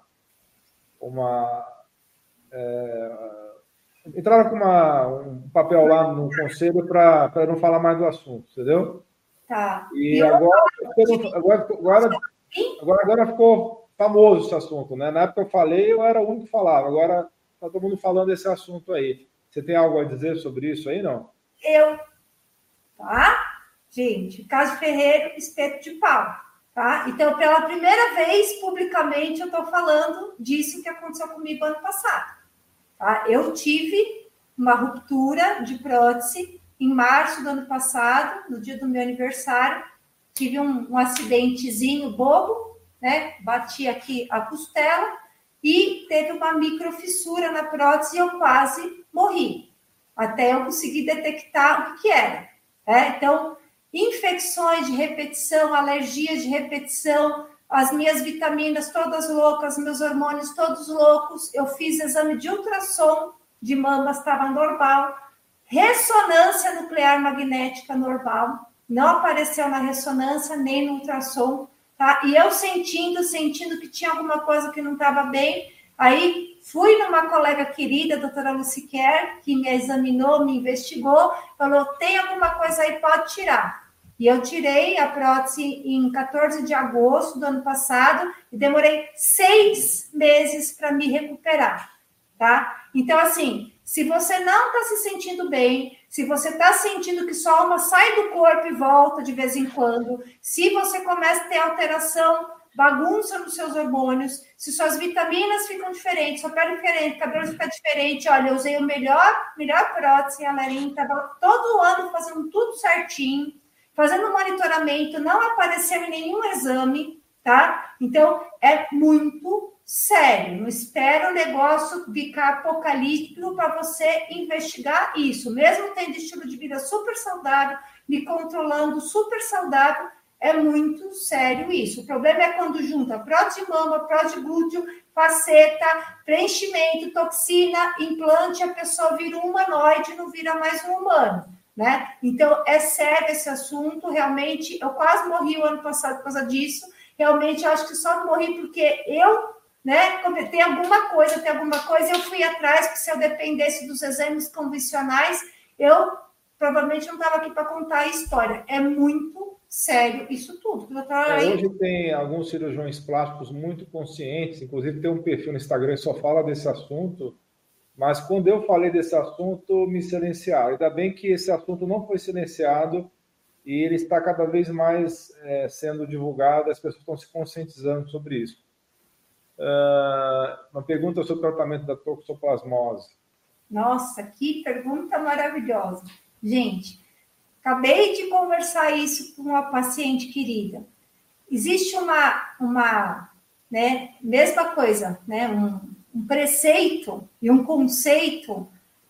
um papel lá no conselho para não falar mais do assunto, entendeu? Tá. E agora ficou famoso esse assunto, né? Na época eu falei, eu era o único que falava. Agora está todo mundo falando desse assunto aí. Você tem algo a dizer sobre isso aí, não? Tá? Gente, caso Ferreiro, espeto de pau. tá? Então, pela primeira vez, publicamente, eu estou falando disso que aconteceu comigo ano passado, tá? Eu tive uma ruptura de prótese em março do ano passado, no dia do meu aniversário, tive um acidentezinho bobo, né? Bati aqui a costela e teve uma microfissura na prótese e eu quase morri, até eu conseguir detectar o que era. Então, infecções de repetição, alergias de repetição, as minhas vitaminas todas loucas, meus hormônios todos loucos, eu fiz exame de ultrassom de mama, estava normal, ressonância nuclear magnética normal, não apareceu na ressonância nem no ultrassom, tá? E eu sentindo que tinha alguma coisa que não estava bem, aí fui numa colega querida, a doutora Luciquer, que me examinou, me investigou, falou, tem alguma coisa aí, pode tirar. E eu tirei a prótese em 14 de agosto do ano passado e demorei 6 meses para me recuperar, tá? Então, assim, se você não está se sentindo bem, se você está sentindo que sua alma sai do corpo e volta de vez em quando, se você começa a ter alteração, bagunça nos seus hormônios, se suas vitaminas ficam diferentes, sua pele diferente, cabelo fica diferente, olha, eu usei o melhor prótese, a Lerinha estava todo ano fazendo tudo certinho, fazendo monitoramento, não apareceu em nenhum exame, tá? Então, é muito sério, não espera o negócio ficar apocalíptico para você investigar isso, mesmo tendo estilo de vida super saudável, me controlando super saudável, é muito sério isso. O problema é quando junta prótese de mama, prótese de glúteo, faceta, preenchimento, toxina, implante, a pessoa vira um humanoide, não vira mais um humano, né? Então, é sério esse assunto, realmente, eu quase morri o ano passado por causa disso, realmente, eu acho que só não morri porque eu, né, tem alguma coisa, eu fui atrás, porque se eu dependesse dos exames convencionais, eu provavelmente não estava aqui para contar a história. É muito sério isso tudo. Doutora, hoje tem alguns cirurgiões plásticos muito conscientes, inclusive tem um perfil no Instagram que só fala desse assunto, mas quando eu falei desse assunto, me silenciaram. Ainda bem que esse assunto não foi silenciado e ele está cada vez mais sendo divulgado, as pessoas estão se conscientizando sobre isso. Uma pergunta sobre o tratamento da toxoplasmose. Nossa, que pergunta maravilhosa. Gente, acabei de conversar isso com uma paciente querida. Existe uma né, mesma coisa, né, um preceito e um conceito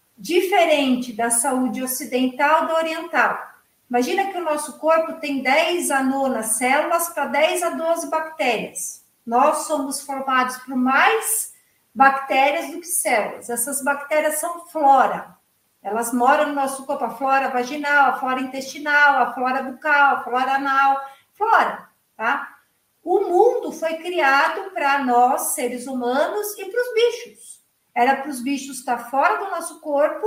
diferente da saúde ocidental do oriental. Imagina que o nosso corpo tem 10 a 9 células para 10 a 12 bactérias. Nós somos formados por mais bactérias do que células. Essas bactérias são flora. Elas moram no nosso corpo, a flora vaginal, a flora intestinal, a flora bucal, a flora anal, flora, tá? O mundo foi criado para nós, seres humanos, e para os bichos. Era para os bichos estar fora do nosso corpo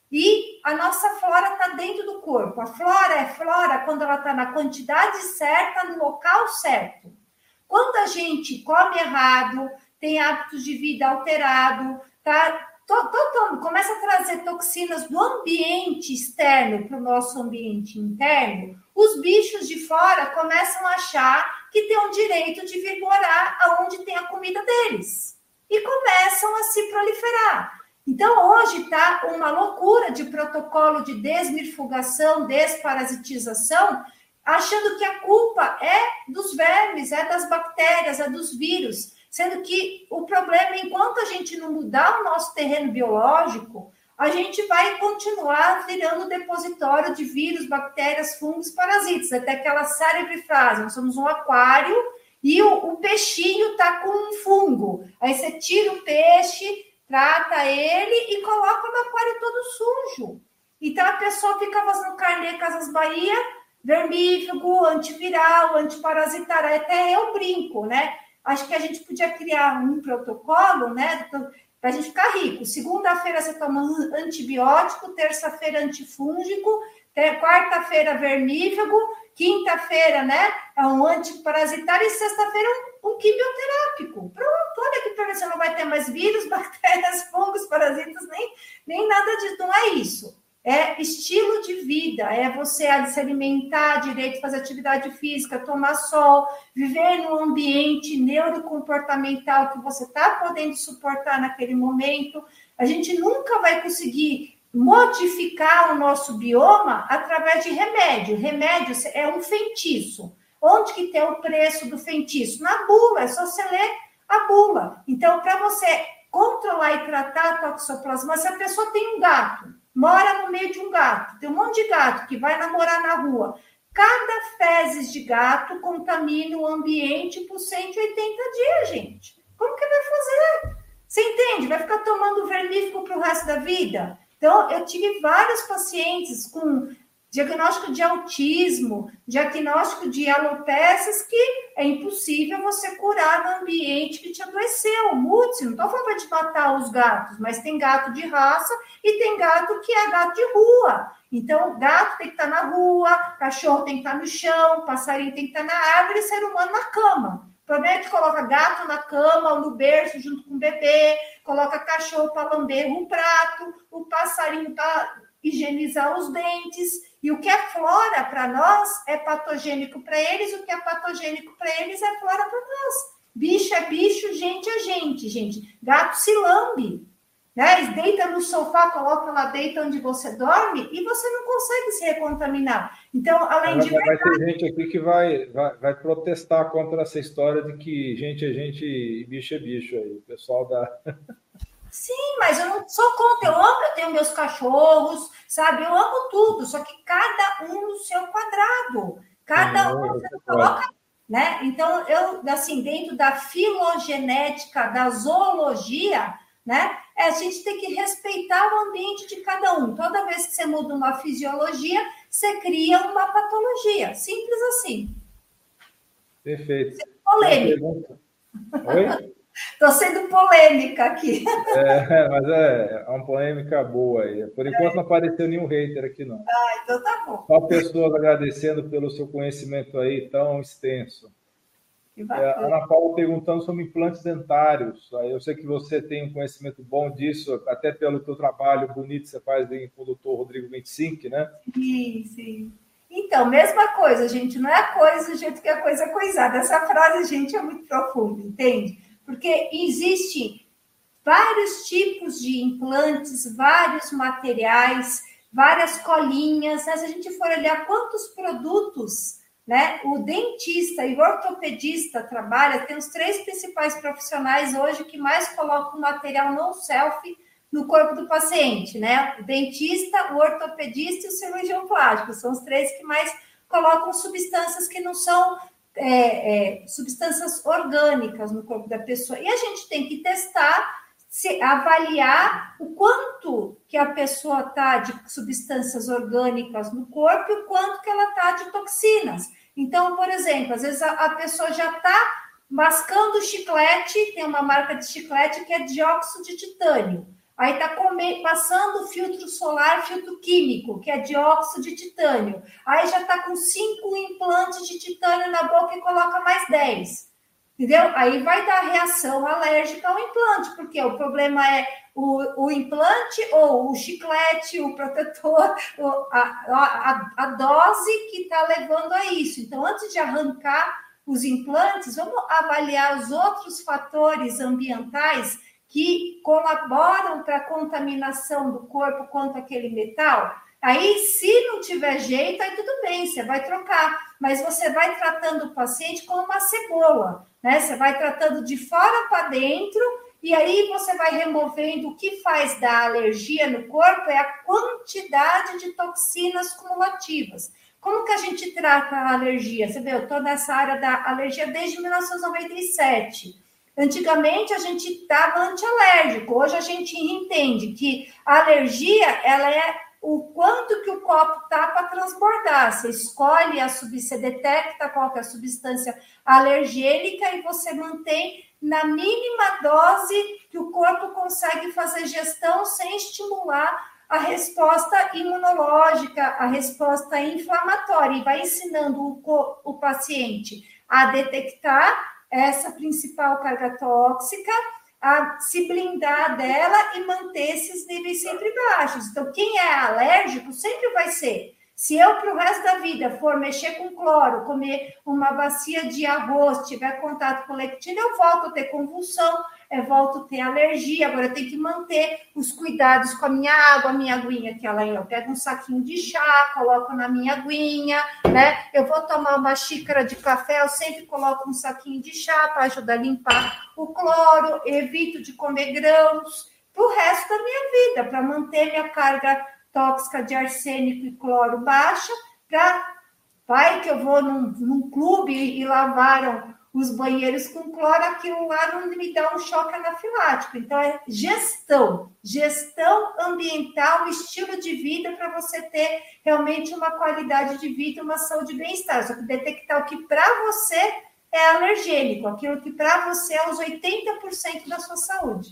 e a nossa flora está dentro do corpo. A flora é flora quando ela está na quantidade certa, no local certo. Quando a gente come errado, tem hábitos de vida alterado, tá? Começa a trazer toxinas do ambiente externo para o nosso ambiente interno, os bichos de fora começam a achar que tem o direito de vir morar aonde tem a comida deles. E começam a se proliferar. Então, hoje está uma loucura de protocolo de desmirfugação, desparasitização, achando que a culpa é dos vermes, é das bactérias, é dos vírus. Sendo que o problema, enquanto a gente não mudar o nosso terreno biológico, a gente vai continuar virando depositório de vírus, bactérias, fungos, parasitas. Até aquela célebre frase, nós somos um aquário e o peixinho está com um fungo. Aí você tira o peixe, trata ele e coloca no aquário todo sujo. Então a pessoa fica fazendo carnê Casas Bahia, vermífugo, antiviral, antiparasitário. Até eu brinco, né? Acho que a gente podia criar um protocolo, né, para a gente ficar rico. Segunda-feira você toma antibiótico, terça-feira antifúngico, quarta-feira vermífugo, quinta-feira, né, é um antiparasitário e sexta-feira um quimioterápico. Pronto, olha aqui para ver se não vai ter mais vírus, bactérias, fungos, parasitas, nem nada disso. Não é isso. é estilo de vida, é você se alimentar direito, fazer atividade física, tomar sol, viver num ambiente neurocomportamental que você está podendo suportar naquele momento. A gente nunca vai conseguir modificar o nosso bioma através de remédio. Remédio é um feitiço. Onde que tem o preço do feitiço? Na bula, é só você ler a bula. Então, para você controlar e tratar a toxoplasmose, se a pessoa tem um gato, mora no meio de um gato, tem um monte de gato que vai namorar na rua, cada fezes de gato contamina o ambiente por 180 dias, gente. Como que vai fazer? Você entende? Vai ficar tomando vermífugo para o resto da vida? Então, eu tive vários pacientes com diagnóstico de autismo, diagnóstico de alopécias, que é impossível você curar no ambiente que te adoeceu. Mute, não estou falando de matar os gatos, mas tem gato de raça e tem gato que é gato de rua. Então, gato tem que estar na rua, cachorro tem que estar no chão, passarinho tem que estar na árvore e ser humano na cama. O problema é que coloca gato na cama ou no berço junto com o bebê, coloca cachorro para lamber um prato, o passarinho para higienizar os dentes. E o que é flora para nós é patogênico para eles, o que é patogênico para eles é flora para nós. Bicho é bicho, gente é gente, gente. Gato se lambe, né? Deita no sofá, coloca lá, deita onde você dorme e você não consegue se recontaminar. Então, além de... Vai ter gente aqui que vai protestar contra essa história de que gente é gente e bicho é bicho aí. O pessoal da... Sim, mas eu não sou contra, eu tenho meus cachorros, sabe? Eu amo tudo, só que cada um no seu quadrado. Cada um você coloca, né? Então, eu, assim, dentro da filogenética, da zoologia, né? A gente tem que respeitar o ambiente de cada um. Toda vez que você muda uma fisiologia, você cria uma patologia. Simples assim. Perfeito. Polêmica. Oi? Estou sendo polêmica aqui. Mas é uma polêmica boa aí. Por enquanto não apareceu nenhum hater aqui, não. Ah, então tá bom. Só pessoas agradecendo pelo seu conhecimento aí tão extenso. A Ana Paula perguntando sobre implantes dentários. Eu sei que você tem um conhecimento bom disso, até pelo teu trabalho bonito que você faz com o doutor Rodrigo 25, né? Sim. Então, mesma coisa, gente. Não é a coisa do jeito que a coisa é coisada. Essa frase, gente, é muito profunda, entende? Porque existem vários tipos de implantes, vários materiais, várias colinhas, né? Se a gente for olhar quantos produtos, né, o dentista e o ortopedista trabalham, tem os 3 principais profissionais hoje que mais colocam material não selfie no corpo do paciente, né? O dentista, o ortopedista e o cirurgião plástico, são os 3 que mais colocam substâncias que não são substâncias orgânicas no corpo da pessoa. E a gente tem que testar, avaliar o quanto que a pessoa está de substâncias orgânicas no corpo e o quanto que ela está de toxinas. Então, por exemplo, às vezes a pessoa já está mascando chiclete, tem uma marca de chiclete que é dióxido de titânio. Aí está passando filtro solar, filtro químico, que é dióxido de titânio. Aí já está com 5 implantes de titânio na boca e coloca mais 10. Entendeu? Aí vai dar reação alérgica ao implante, porque o problema é o implante ou o chiclete, o protetor, a dose que está levando a isso. Então, antes de arrancar os implantes, vamos avaliar os outros fatores ambientais que colaboram para a contaminação do corpo quanto aquele metal. Aí, se não tiver jeito, aí tudo bem, você vai trocar. Mas você vai tratando o paciente como uma cebola, né? Você vai tratando de fora para dentro e aí você vai removendo. O que faz da alergia no corpo é a quantidade de toxinas cumulativas. Como que a gente trata a alergia? Você vê, eu estou nessa área da alergia desde 1997. Antigamente, a gente estava antialérgico. Hoje, a gente entende que a alergia, ela é o quanto que o copo está para transbordar. Você escolhe você detecta qual que é a substância alergênica e você mantém na mínima dose que o corpo consegue fazer gestão sem estimular a resposta imunológica, a resposta inflamatória. E vai ensinando o paciente a detectar essa principal carga tóxica, a se blindar dela e manter esses níveis sempre baixos. Então, quem é alérgico sempre vai ser. Se eu, para o resto da vida, for mexer com cloro, comer uma bacia de arroz, tiver contato com lectina, eu volto a ter convulsão, eu volto a ter alergia. Agora, eu tenho que manter os cuidados com a minha água, a minha aguinha, que ela, eu pego um saquinho de chá, coloco na minha aguinha, né? Eu vou tomar uma xícara de café, eu sempre coloco um saquinho de chá para ajudar a limpar o cloro, evito de comer grãos, para o resto da minha vida, para manter minha carga tóxica de arsênico e cloro baixa, vai que eu vou num clube e lavaram os banheiros com cloro, aquilo lá não me dá um choque anafilático. Então, é gestão ambiental, estilo de vida para você ter realmente uma qualidade de vida, uma saúde e bem-estar. Só que detectar o que para você é alergênico, aquilo que para você é os 80% da sua saúde.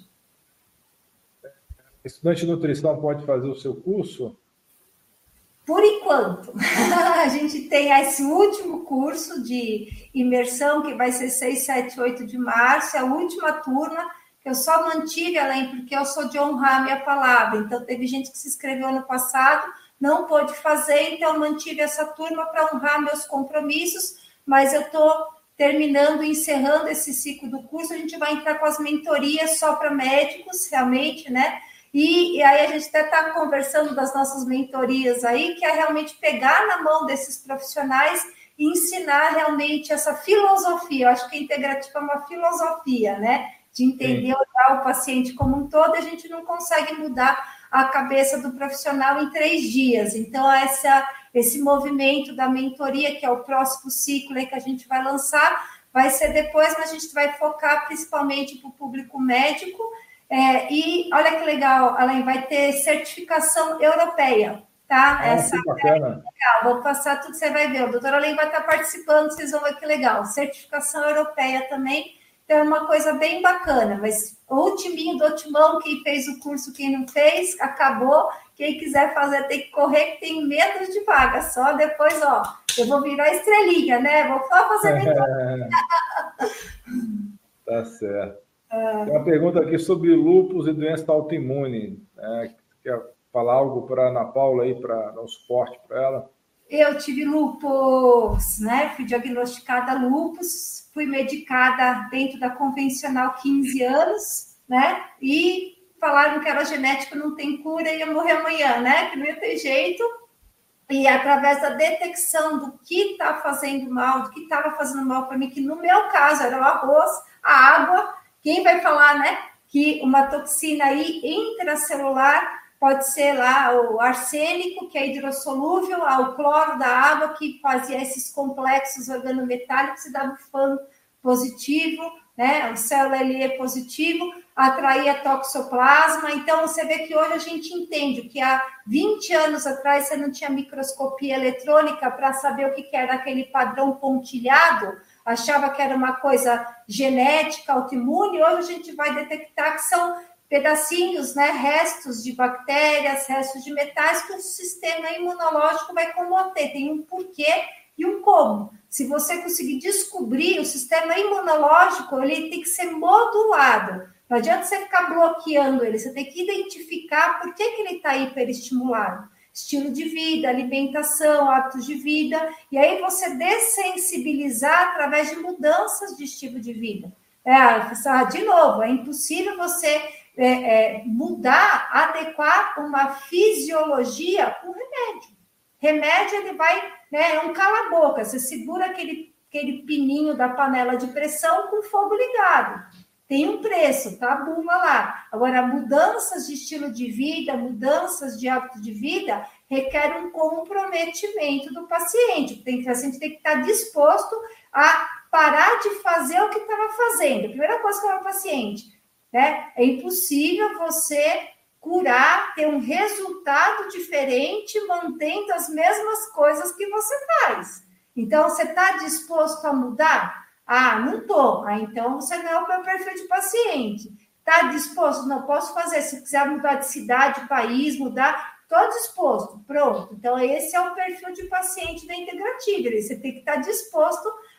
Estudante de nutrição pode fazer o seu curso? Por enquanto, a gente tem esse último curso de imersão, que vai ser 6, 7, 8 de março, é a última turma, que eu só mantive, além porque eu sou de honrar a minha palavra. Então, teve gente que se inscreveu ano passado, não pôde fazer, então eu mantive essa turma para honrar meus compromissos, mas eu estou terminando, encerrando esse ciclo do curso. A gente vai entrar com as mentorias só para médicos, realmente, né? E aí a gente até está conversando das nossas mentorias aí, que é realmente pegar na mão desses profissionais e ensinar realmente essa filosofia. Eu acho que a integrativa é uma filosofia, né? De entender o paciente como um todo, a gente não consegue mudar a cabeça do profissional em 3 dias. Então, esse movimento da mentoria, que é o próximo ciclo aí que a gente vai lançar, vai ser depois, mas a gente vai focar principalmente para o público médico. E olha que legal, Alain, vai ter certificação europeia, tá? Essa que bacana. Legal, vou passar tudo, você vai ver. O doutor Alain vai estar participando, vocês vão ver que legal. Certificação europeia também, então é uma coisa bem bacana. Mas o timinho do Otimão, quem fez o curso, quem não fez, acabou. Quem quiser fazer tem que correr, que tem medo de vaga. Só depois, eu vou virar estrelinha, né? Vou só fazer mentoria. Tá certo. Tem uma pergunta aqui sobre lúpus e doença autoimune. Quer falar algo para a Ana Paula aí, para dar um suporte para ela? Eu tive lúpus, né? Fui diagnosticada lúpus, fui medicada dentro da convencional 15 anos, né? E falaram que era genético, não tem cura, ia morrer amanhã, né? Que não ia ter jeito. E através da detecção do que está fazendo mal, do que estava fazendo mal para mim, que no meu caso era o arroz, a água. Quem vai falar, né, que uma toxina aí intracelular pode ser lá o arsênico, que é hidrossolúvel, o cloro da água, que fazia esses complexos organometálicos e dava FAM positivo, né, o célula LE positivo, atraía toxoplasma. Então, você vê que hoje a gente entende que há 20 anos atrás você não tinha microscopia eletrônica para saber o que era aquele padrão pontilhado, achava que era uma coisa genética, autoimune. Hoje a gente vai detectar que são pedacinhos, né, restos de bactérias, restos de metais que o sistema imunológico vai combater. Tem um porquê e um como. Se você conseguir descobrir, o sistema imunológico, ele tem que ser modulado. Não adianta você ficar bloqueando ele, você tem que identificar por que ele está hiperestimulado. Estilo de vida, alimentação, hábitos de vida, e aí você dessensibilizar através de mudanças de estilo de vida. De novo, é impossível você mudar, adequar uma fisiologia com remédio. Remédio, ele vai, é um cala-boca, você segura aquele pininho da panela de pressão com fogo ligado. Tem um preço, tá? Bumba lá. Agora, mudanças de estilo de vida, mudanças de hábito de vida, requer um comprometimento do paciente. O paciente tem que estar disposto a parar de fazer o que estava fazendo. A primeira coisa que é o paciente, né? É impossível você curar, ter um resultado diferente, mantendo as mesmas coisas que você faz. Então, você está disposto a mudar? Não estou. Então, você não é o meu perfil de paciente. Está disposto? Não posso fazer. Se quiser mudar de cidade, país, mudar, estou disposto. Pronto. Então, esse é o perfil de paciente da integrativa. Você tem que estar disposto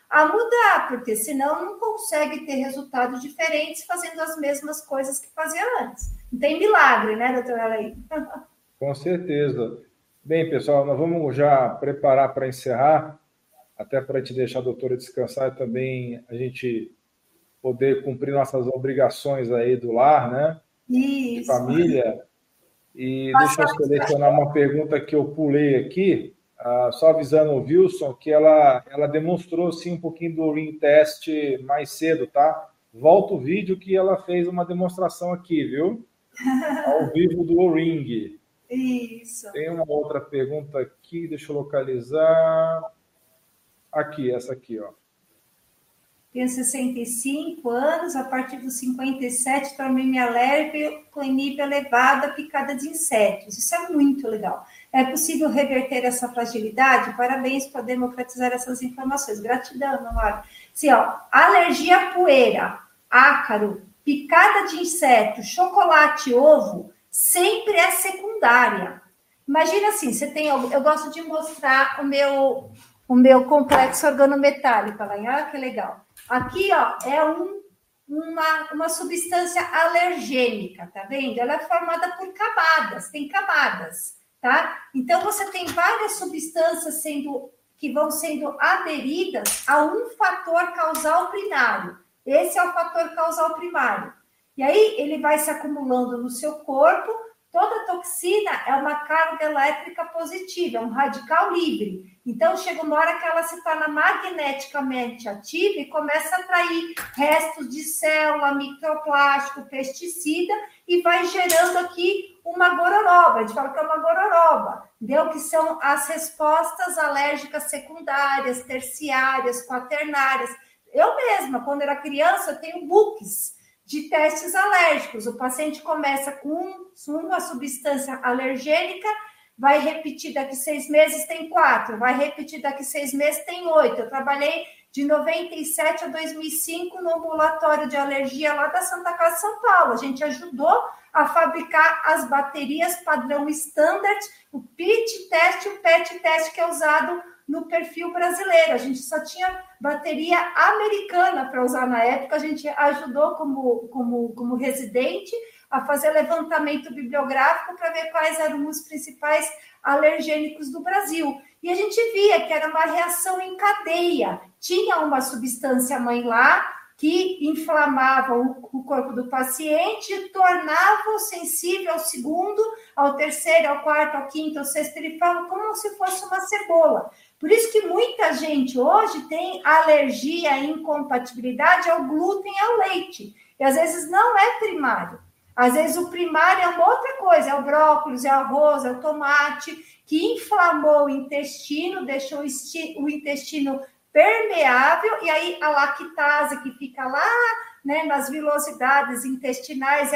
a mudar, porque senão não consegue ter resultados diferentes fazendo as mesmas coisas que fazia antes. Não tem milagre, né, doutora Alain? Com certeza. Bem, pessoal, nós vamos já preparar para encerrar, até para te deixar a doutora descansar e também a gente poder cumprir nossas obrigações aí do lar, né? Isso. De família. E deixa eu selecionar uma pergunta que eu pulei aqui, só avisando o Wilson que ela demonstrou sim um pouquinho do ring test mais cedo, tá? Volta o vídeo que ela fez uma demonstração aqui, viu? Ao vivo do ring. Isso. Tem uma outra pergunta aqui, deixa eu localizar. Aqui, essa aqui, ó. Tenho 65 anos, a partir dos 57 tornei-me alérgica com nível elevado à picada de insetos. Isso é muito legal. É possível reverter essa fragilidade? Parabéns por democratizar essas informações. Gratidão, meu amor. Sim, ó, alergia à poeira, ácaro, picada de inseto, chocolate, ovo, sempre é secundária. Imagina assim, você tem... Eu gosto de mostrar o meu complexo organometálico. Ah, que legal. Aqui, ó, é uma substância alergênica, tá vendo? Ela é formada por camadas, tem camadas, tá? Então, você tem várias substâncias que vão sendo aderidas a um fator causal primário. Esse é o fator causal primário. E aí, ele vai se acumulando no seu corpo. Toda toxina é uma carga elétrica positiva, é um radical livre. Então, chega uma hora que ela se torna magneticamente ativa e começa a atrair restos de célula, microplástico, pesticida e vai gerando aqui uma gororoba. A gente fala que é uma gororoba, entendeu? Que são as respostas alérgicas secundárias, terciárias, quaternárias. Eu mesma, quando era criança, eu tenho books de testes alérgicos. O paciente começa com uma substância alergênica, vai repetir daqui 6 meses, tem 4, vai repetir daqui 6 meses, tem 8. Eu trabalhei de 97 a 2005 no ambulatório de alergia lá da Santa Casa de São Paulo. A gente ajudou a fabricar as baterias padrão standard, o PIT test e o PET test que é usado no perfil brasileiro. A gente só tinha bateria americana para usar na época. A gente ajudou como residente a fazer levantamento bibliográfico para ver quais eram os principais alergênicos do Brasil. E a gente via que era uma reação em cadeia. Tinha uma substância mãe lá que inflamava o corpo do paciente, tornava-o sensível ao segundo, ao terceiro, ao quarto, ao quinto, ao sexto, ele fala como se fosse uma cebola. Por isso que muita gente hoje tem alergia e incompatibilidade ao glúten e ao leite. E às vezes não é primário. Às vezes o primário é uma outra coisa, é o brócolis, é o arroz, é o tomate, que inflamou o intestino, deixou o intestino permeável, e aí a lactase que fica lá, né, nas vilosidades intestinais,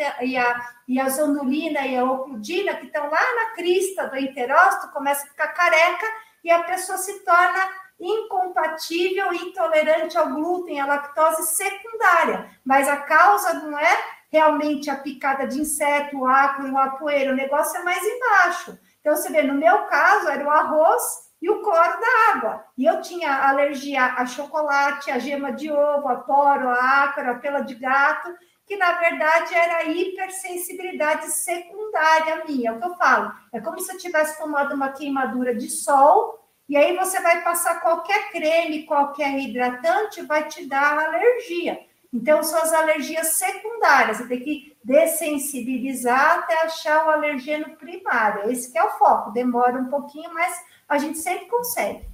e a zonulina e a ocludina, que estão lá na crista do enterócito, começa a ficar careca, e a pessoa se torna incompatível, intolerante ao glúten, à lactose secundária. Mas a causa não é realmente a picada de inseto, o ácaro, a poeira, o negócio é mais embaixo. Então, você vê, no meu caso, era o arroz e o cloro da água. E eu tinha alergia a chocolate, a gema de ovo, a poro, a ácaro, a pela de gato, que na verdade era a hipersensibilidade secundária minha. É o que eu falo. É como se eu tivesse tomado uma queimadura de sol, e aí você vai passar qualquer creme, qualquer hidratante, vai te dar alergia. Então, são as alergias secundárias. Você tem que dessensibilizar até achar o alergeno primário. Esse que é o foco. Demora um pouquinho, mas a gente sempre consegue.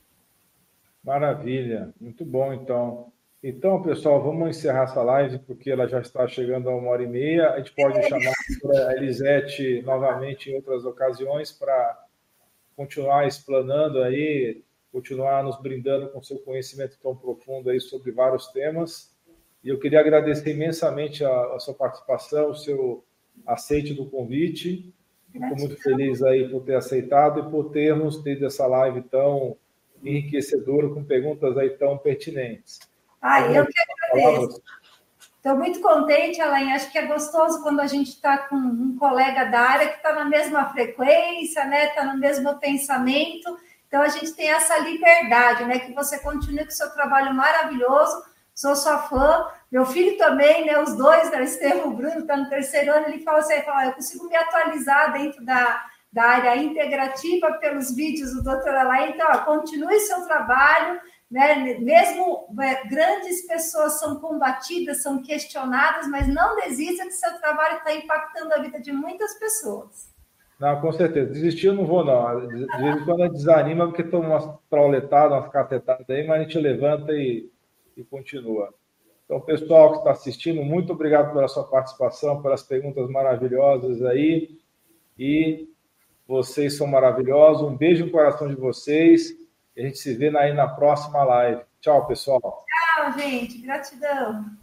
Maravilha. Muito bom, então. Então, pessoal, vamos encerrar essa live, porque ela já está chegando a 1h30. A gente pode chamar a Elisete novamente em outras ocasiões para continuar explanando aí, continuar nos brindando com seu conhecimento tão profundo aí sobre vários temas. E eu queria agradecer imensamente a sua participação, o seu aceite do convite. Fico muito feliz aí por ter aceitado e por termos tido essa live tão enriquecedora, com perguntas aí tão pertinentes. Eu que agradeço. Estou muito contente, Alain. Acho que é gostoso quando a gente está com um colega da área que está na mesma frequência, né? Está no mesmo pensamento. Então, a gente tem essa liberdade, né? Que você continue com o seu trabalho maravilhoso. Sou sua fã. Meu filho também, né? Os dois, né? O Estevam e o Bruno, está no 3º ano. Ele fala assim, eu consigo me atualizar dentro da área integrativa pelos vídeos do Dr. Alain. Então, continue seu trabalho, né? Mesmo grandes pessoas são combatidas, são questionadas, mas não desista que seu trabalho está impactando a vida de muitas pessoas. Não, com certeza. Desistir eu não vou, não. De vez em quando a gente desanima, porque toma umas trauletadas, umas catetadas aí, mas a gente levanta e continua. Então, pessoal que está assistindo, muito obrigado pela sua participação, pelas perguntas maravilhosas aí. E vocês são maravilhosos. Um beijo no coração de vocês. E a gente se vê aí na próxima live. Tchau, pessoal. Tchau, gente. Gratidão.